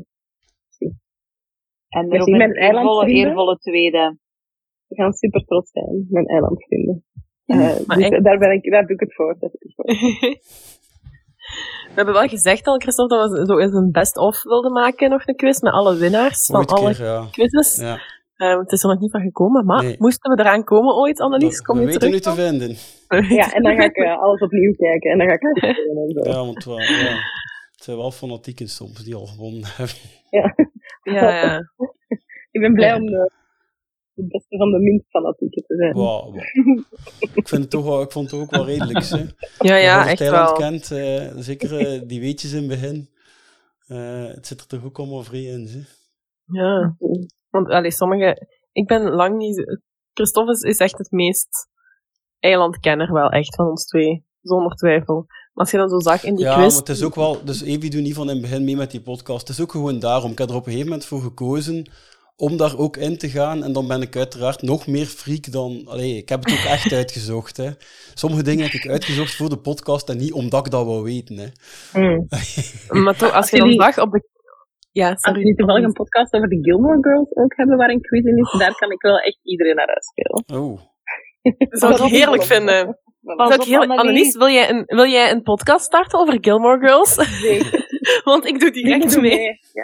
En Merci, Robin, mijn eervolle, eilandvrienden. eervolle tweede. We gaan super trots zijn, mijn eilandvrienden. Uh, Maar dus echt- daar, ben ik, daar doe ik het voor. Dat doe ik het voor. We hebben wel gezegd al, Christophe, dat we zo eens een best-of wilden maken, nog een quiz, met alle winnaars van Ooit alle keer, ja. quizzes. ja. Eh, het is er nog niet van gekomen, maar Nee. moesten we eraan komen ooit, Annelies? Dat- Kom we je weten terug nu te dan? vinden. Ja, en dan ga ik uh, alles opnieuw kijken. En dan ga ik het doen en zo. Ja, want wel, ja. het zijn wel fanatieken soms die al gewonnen hebben. Ja. Ja, ja. Ik ben blij Ja. om de, de beste van de minst fanatieke te zijn. Wow, wow. Ik, vind het toch wel, ik vond het toch ook wel redelijk. Hè. Ja, ja, Als je echt Thailand wel. kent, eh, zeker eh, die weetjes in het begin. Eh, het zit er toch ook allemaal vrij in. Hè. Ja. Want, allee, sommige... Ik ben lang niet... Christophe is, is echt het meest eilandkenner wel, echt, van ons twee. Zonder twijfel. Maar als je dan zo zag in die Ja, quiz... maar het is ook wel... Dus Evie doet niet van in het begin mee met die podcast. Het is ook gewoon daarom. Ik heb er op een gegeven moment voor gekozen om daar ook in te gaan. En dan ben ik uiteraard nog meer freak dan... Allee, ik heb het ook echt uitgezocht. Hè. Sommige dingen heb ik uitgezocht voor de podcast en niet omdat ik dat wou weten. Hè. Mm. Maar toch, als Als je dan jullie- zag op de... Ja, Als sorry. jullie toevallig een podcast over de Gilmore Girls ook hebben, waar een quiz in is, daar kan ik wel echt iedereen naar uitspelen. Oh. Dat zou ik Pas op, heerlijk pas op. vinden. Voilà. Pas Zou ik op, heerlijk... Annelies. Annelies, wil jij, een, wil jij een podcast starten over Gilmore Girls? Zeker. Want ik doe direct Ik doe mee. mee. Ja.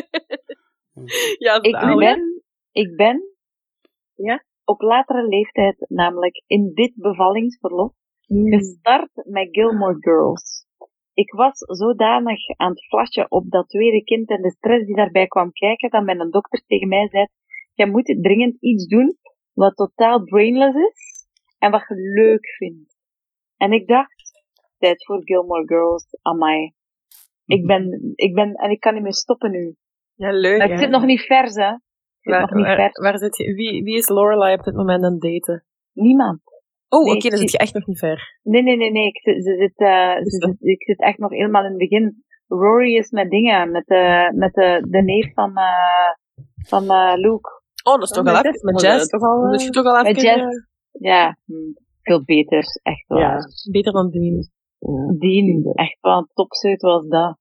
Ja, Ik zalig. ben, ik ben Ja? op latere leeftijd, namelijk in dit bevallingsverlof, gestart met Gilmore Girls. Ik was zodanig aan het flashen op dat tweede kind en de stress die daarbij kwam kijken, dat mijn dokter tegen mij zei, jij moet dringend iets doen wat totaal brainless is en wat je leuk vindt. En ik dacht, tijd voor Gilmore Girls, amai. Ik ben, ik ben, en ik kan niet meer stoppen nu. Ja, leuk, Maar hè. het zit nog niet vers, hè. Het zit Waar, nog niet waar, vers. waar zit je? Wie, wie is Lorelai op dit moment aan het daten? Niemand. Oh, Nee, oké, ik dan zit zie- je echt nog niet ver. Nee, nee, nee, nee. Ik, zit- ze zit, eh, ze Is dat- zit, ik zit echt nog helemaal in het begin. Rory is met dingen, met de, met de, de neef van, eh van eh Luke. Oh, dat is toch met al even Jess, met maar, Jess. eh, toch al, Dat is eh, je toch al met even... Jess. Ja, hm, veel beter, echt waar. Ja, beter dan Dean. Dean, echt wel een topsuit was dat.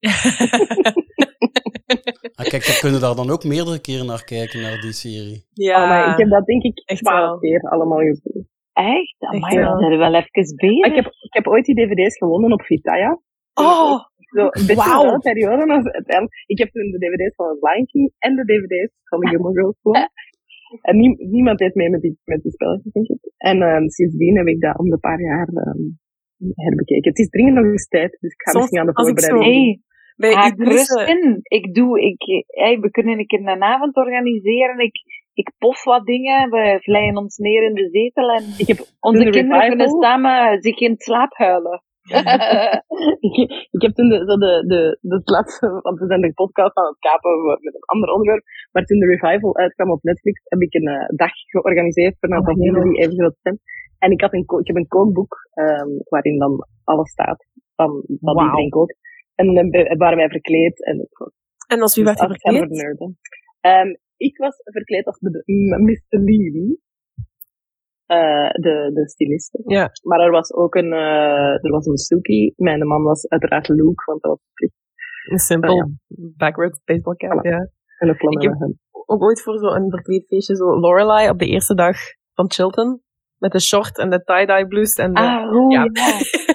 Ah, kijk, dan kunnen daar dan ook meerdere keren naar kijken, naar die serie. Ja, Oh, maar ik heb dat denk ik echt twaalf wel. keer allemaal gezien. Echt? Amai, wel. we zijn wel even bezig. Ik heb, ik heb ooit die dvd's gewonnen op Vitaya. Oh, Zo, een beetje Wauw. dezelfde periode. als uiteindelijk- Ik heb toen de dvd's van het Lion King en de dvd's van de Gilmore Girls gewonnen. En nie- niemand deed mee met die, met die spelletjes, denk ik. En ehm, sindsdien heb ik dat om de paar jaar ehm, herbekeken. Het is dringend nog eens tijd, dus ik ga Soms misschien aan de als ik zo- voorbereiding. Hey, bij haak Idrisse... rust in. Ik doe, ik, hey, we kunnen een keer een avond organiseren. Ik, ik pof wat dingen. We vlijen ons neer in de zetel en Ik heb onze een kinderen revival. kunnen samen zich in slaap huilen. ik, ik heb toen de, zo de, de, de, het laatste, want we zijn de podcast aan het kapen met een ander onderwerp, maar toen de revival uitkwam op Netflix, heb ik een uh, dag georganiseerd voor een aantal Oh, vrienden die even groot zijn. En ik, had een, ik heb een kookboek, um, waarin dan alles staat, van wat Wauw. iedereen kookt. En dan uh, waren wij verkleed. En, En als wie werd je dus als verkleed? nerd, um, ik was verkleed als de, m- mister Lee. Uh, de, de styliste. Ja. Maar er was ook een, uh, er was een Suki. Mijn man was uiteraard Luke, want dat was verplicht. Een simpel Ah, ja. backwards baseball cap, Voilà. ja. En een plan Ik heb ook ooit voor zo'n verkleedfeestje zo Lorelai op de eerste dag van Chilton. Met de short en de tie-dye blouse en de... Ah, hoe, ja. ja.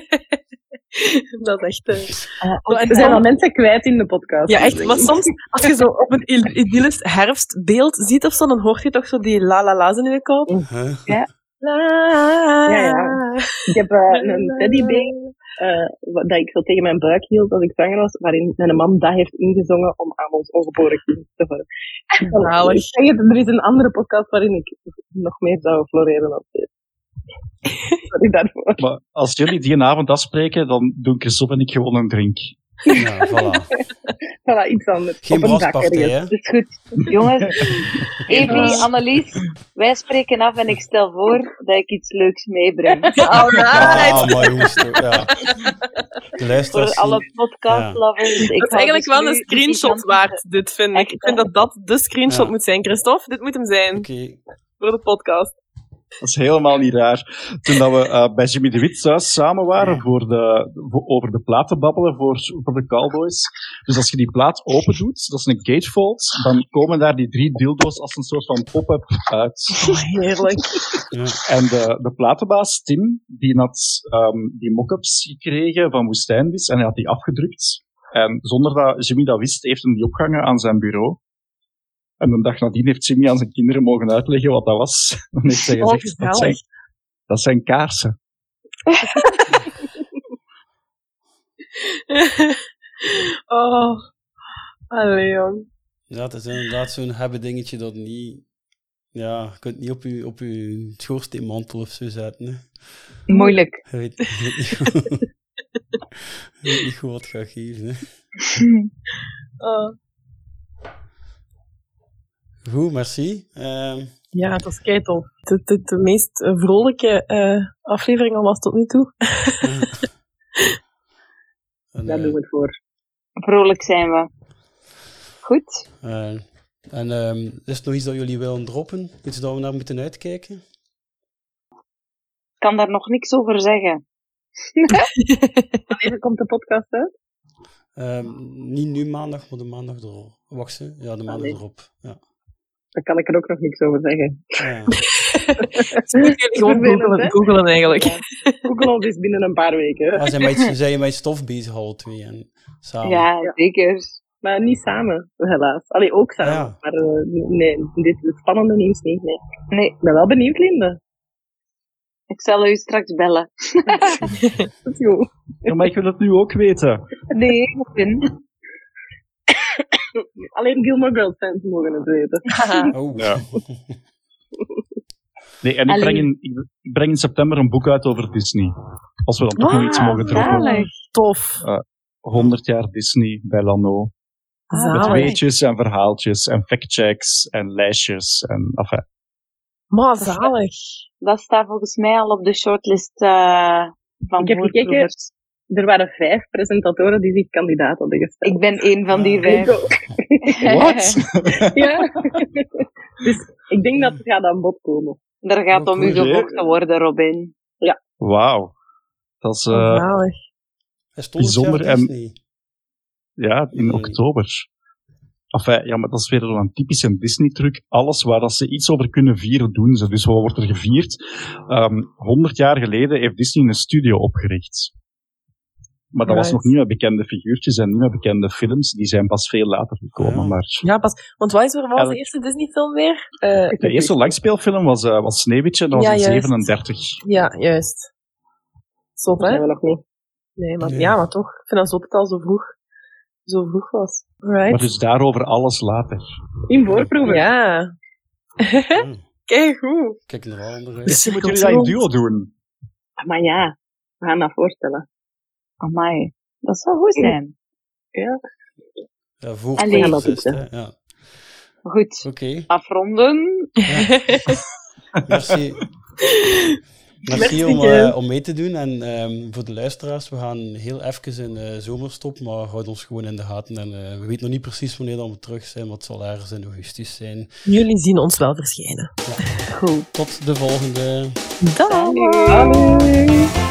Dat is echt... Uh... Uh, Oh, en er zijn dan- al mensen kwijt in de podcast. Ja, echt. Maar soms, als je zo op een i- idyllisch herfstbeeld ziet of zo, dan hoor je toch zo die la la la's in je kop. Huh? Ja. La, Ja, ja. Ik heb uh, een teddybeer uh, wat- dat ik zo tegen mijn buik hield als ik zwanger was, waarin mijn man dat heeft ingezongen om aan ons ongeboren kind te worden. Zalig. Ik zeg het, er is een andere podcast waarin ik nog meer zou floreren dan dit. Sorry daarvoor. Maar als jullie die avond afspreken, dan doen Christophe en ik gewoon een drink. Ja, voilà. Voilà, iets anders. Geen Op een dak braspartij, ergens. hè? Dus goed, jongens. Evie, Annelies, wij spreken af en ik stel voor dat ik iets leuks meebreng. Alright. Ah, maar jongens, toch, ja. De Voor luisteraars alle zien- podcast-lovers. Ik Dat is ga eigenlijk dus wel nu een die screenshot gigantische- waard, dit vind ik. Echt, Ik vind hè? dat dat de screenshot Ja. moet zijn, Christophe. Dit moet hem zijn, Oké. voor de podcast. Dat is helemaal niet raar. Toen dat we uh, bij Jimmy de Wit thuis samen waren voor de, voor, over de platen babbelen voor, voor de Cowboys. Dus als je die plaat open doet, dat is een gatefold, dan komen daar die drie dildo's als een soort van pop-up uit. Oh, heerlijk. Ja. En de, de platenbaas Tim, die had um, die mock-ups gekregen van Woestijnvis en hij had die afgedrukt. En zonder dat Jimmy dat wist, heeft hij die opgehangen aan zijn bureau. En een dag nadien heeft Jimmy aan zijn kinderen mogen uitleggen wat dat was. Dan heeft hij Oh, gezegd, dat, zijn, gezellig. dat zijn kaarsen. Oh. Allee, jong. Ja, het is inderdaad zo'n hebben dingetje dat niet... Ja, je kunt niet op je, op je schoorsteenmantel of zo zetten. Hè. Moeilijk. Je weet, je weet niet goed, je weet niet goed wat het gaat geven. Hè. Oh. Goed, merci. Ehm Ja, het was keitof. De, de, de meest eh, vrolijke uh, aflevering al was tot nu toe. en, Daar eh, doen we het voor. Vrolijk zijn we. Goed. eh, en ehm, is er nog iets dat jullie willen droppen? Iets dat we naar moeten uitkijken? Ik kan daar nog niks over zeggen. Wanneer komt de podcast uit? Ehm, niet nu maandag, maar de maandag erop. Wacht, hè? Ja, de maandag nee. erop. Ja. Daar kan ik er ook nog niks over zeggen. Ja. Dus moeten jullie gewoon Vervelend, googelen, hè? googelen eigenlijk. Ja. Google ons is binnen een paar weken. hè. Ah, zijn met, zijn je met stof bezig alle twee en samen? Ja, Ja. zeker. Maar niet samen, helaas. Allee, ook samen. Ja. Maar uh, nee, dit is spannende nieuws niet. Nee. Nee, Ik ben wel benieuwd, Linde. ik zal u straks bellen. Dat is goed. Ja, maar ik wil het nu ook weten. Nee, ik vind. Alleen Gilmore Girls fans mogen het weten. Oh. Ja. Nee, en ik breng, in, ik, ik breng in september een boek uit over Disney. Als we dan toch nog iets mogen droppen. Zalig. Tof. honderd jaar Disney bij Lano. Met Zalig. weetjes en verhaaltjes en factchecks en lijstjes en enfin. Maar zalig. Dat staat volgens mij al op de shortlist uh, van Ik heb gekeken. voorproevers. Er waren vijf presentatoren die zich kandidaat hadden gesteld. Ik ben één van die Ah. vijf. Ik ook. Wat? Ja. Dus ik denk dat het gaat aan bod komen. Er gaat om u Goed, hè? gevochten worden, Robin. Wauw. Dat is uh, Zalig. Hij stond bijzonder het jaar en- Disney. ja, in Nee. oktober. Enfin, ja, maar dat is weer een typische Disney-truc. Alles waar dat ze iets over kunnen vieren, doen ze. Dus wat wordt er gevierd? Um, honderd jaar geleden heeft Disney een studio opgericht. Maar dat was Right. nog niet met bekende figuurtjes en niet met bekende films. Die zijn pas veel later gekomen. Ja. Maar Ja, pas. Want wat is er, wat was Ja, de dat- eerste Disney-film weer? Uh, de eerste langspeelfilm was, uh, was Sneeuwwitje, dat was Ja, in juist. zevenendertig. ja, juist. Zot, Dat zijn hè? we nog niet. Nee, maar, Nee. ja, maar toch. Ik vind dat zot dat het al zo vroeg, zo vroeg was. Right. Maar dus daarover alles later. In voorproeven. Ja. Hmm. Kijk goed. Kijk er al onder uit. Misschien moeten jullie dat in duo doen. Maar ja, we gaan dat voorstellen. Amai, dat zou goed zijn. Ja. Ja, voor Allee, het dat is, is hè. Ja. Goed, Oké. afronden. Ja. Merci. Merci Merci, om, hè. uh, om mee te doen. En um, voor de luisteraars, we gaan heel even in uh, zomerstop, maar houd ons gewoon in de gaten. En uh, we weten nog niet precies wanneer dan we terug zijn, maar het zal ergens in augustus zijn. Jullie zien ons wel verschijnen. Ja. Goed. Tot de volgende. Dag. Hallo.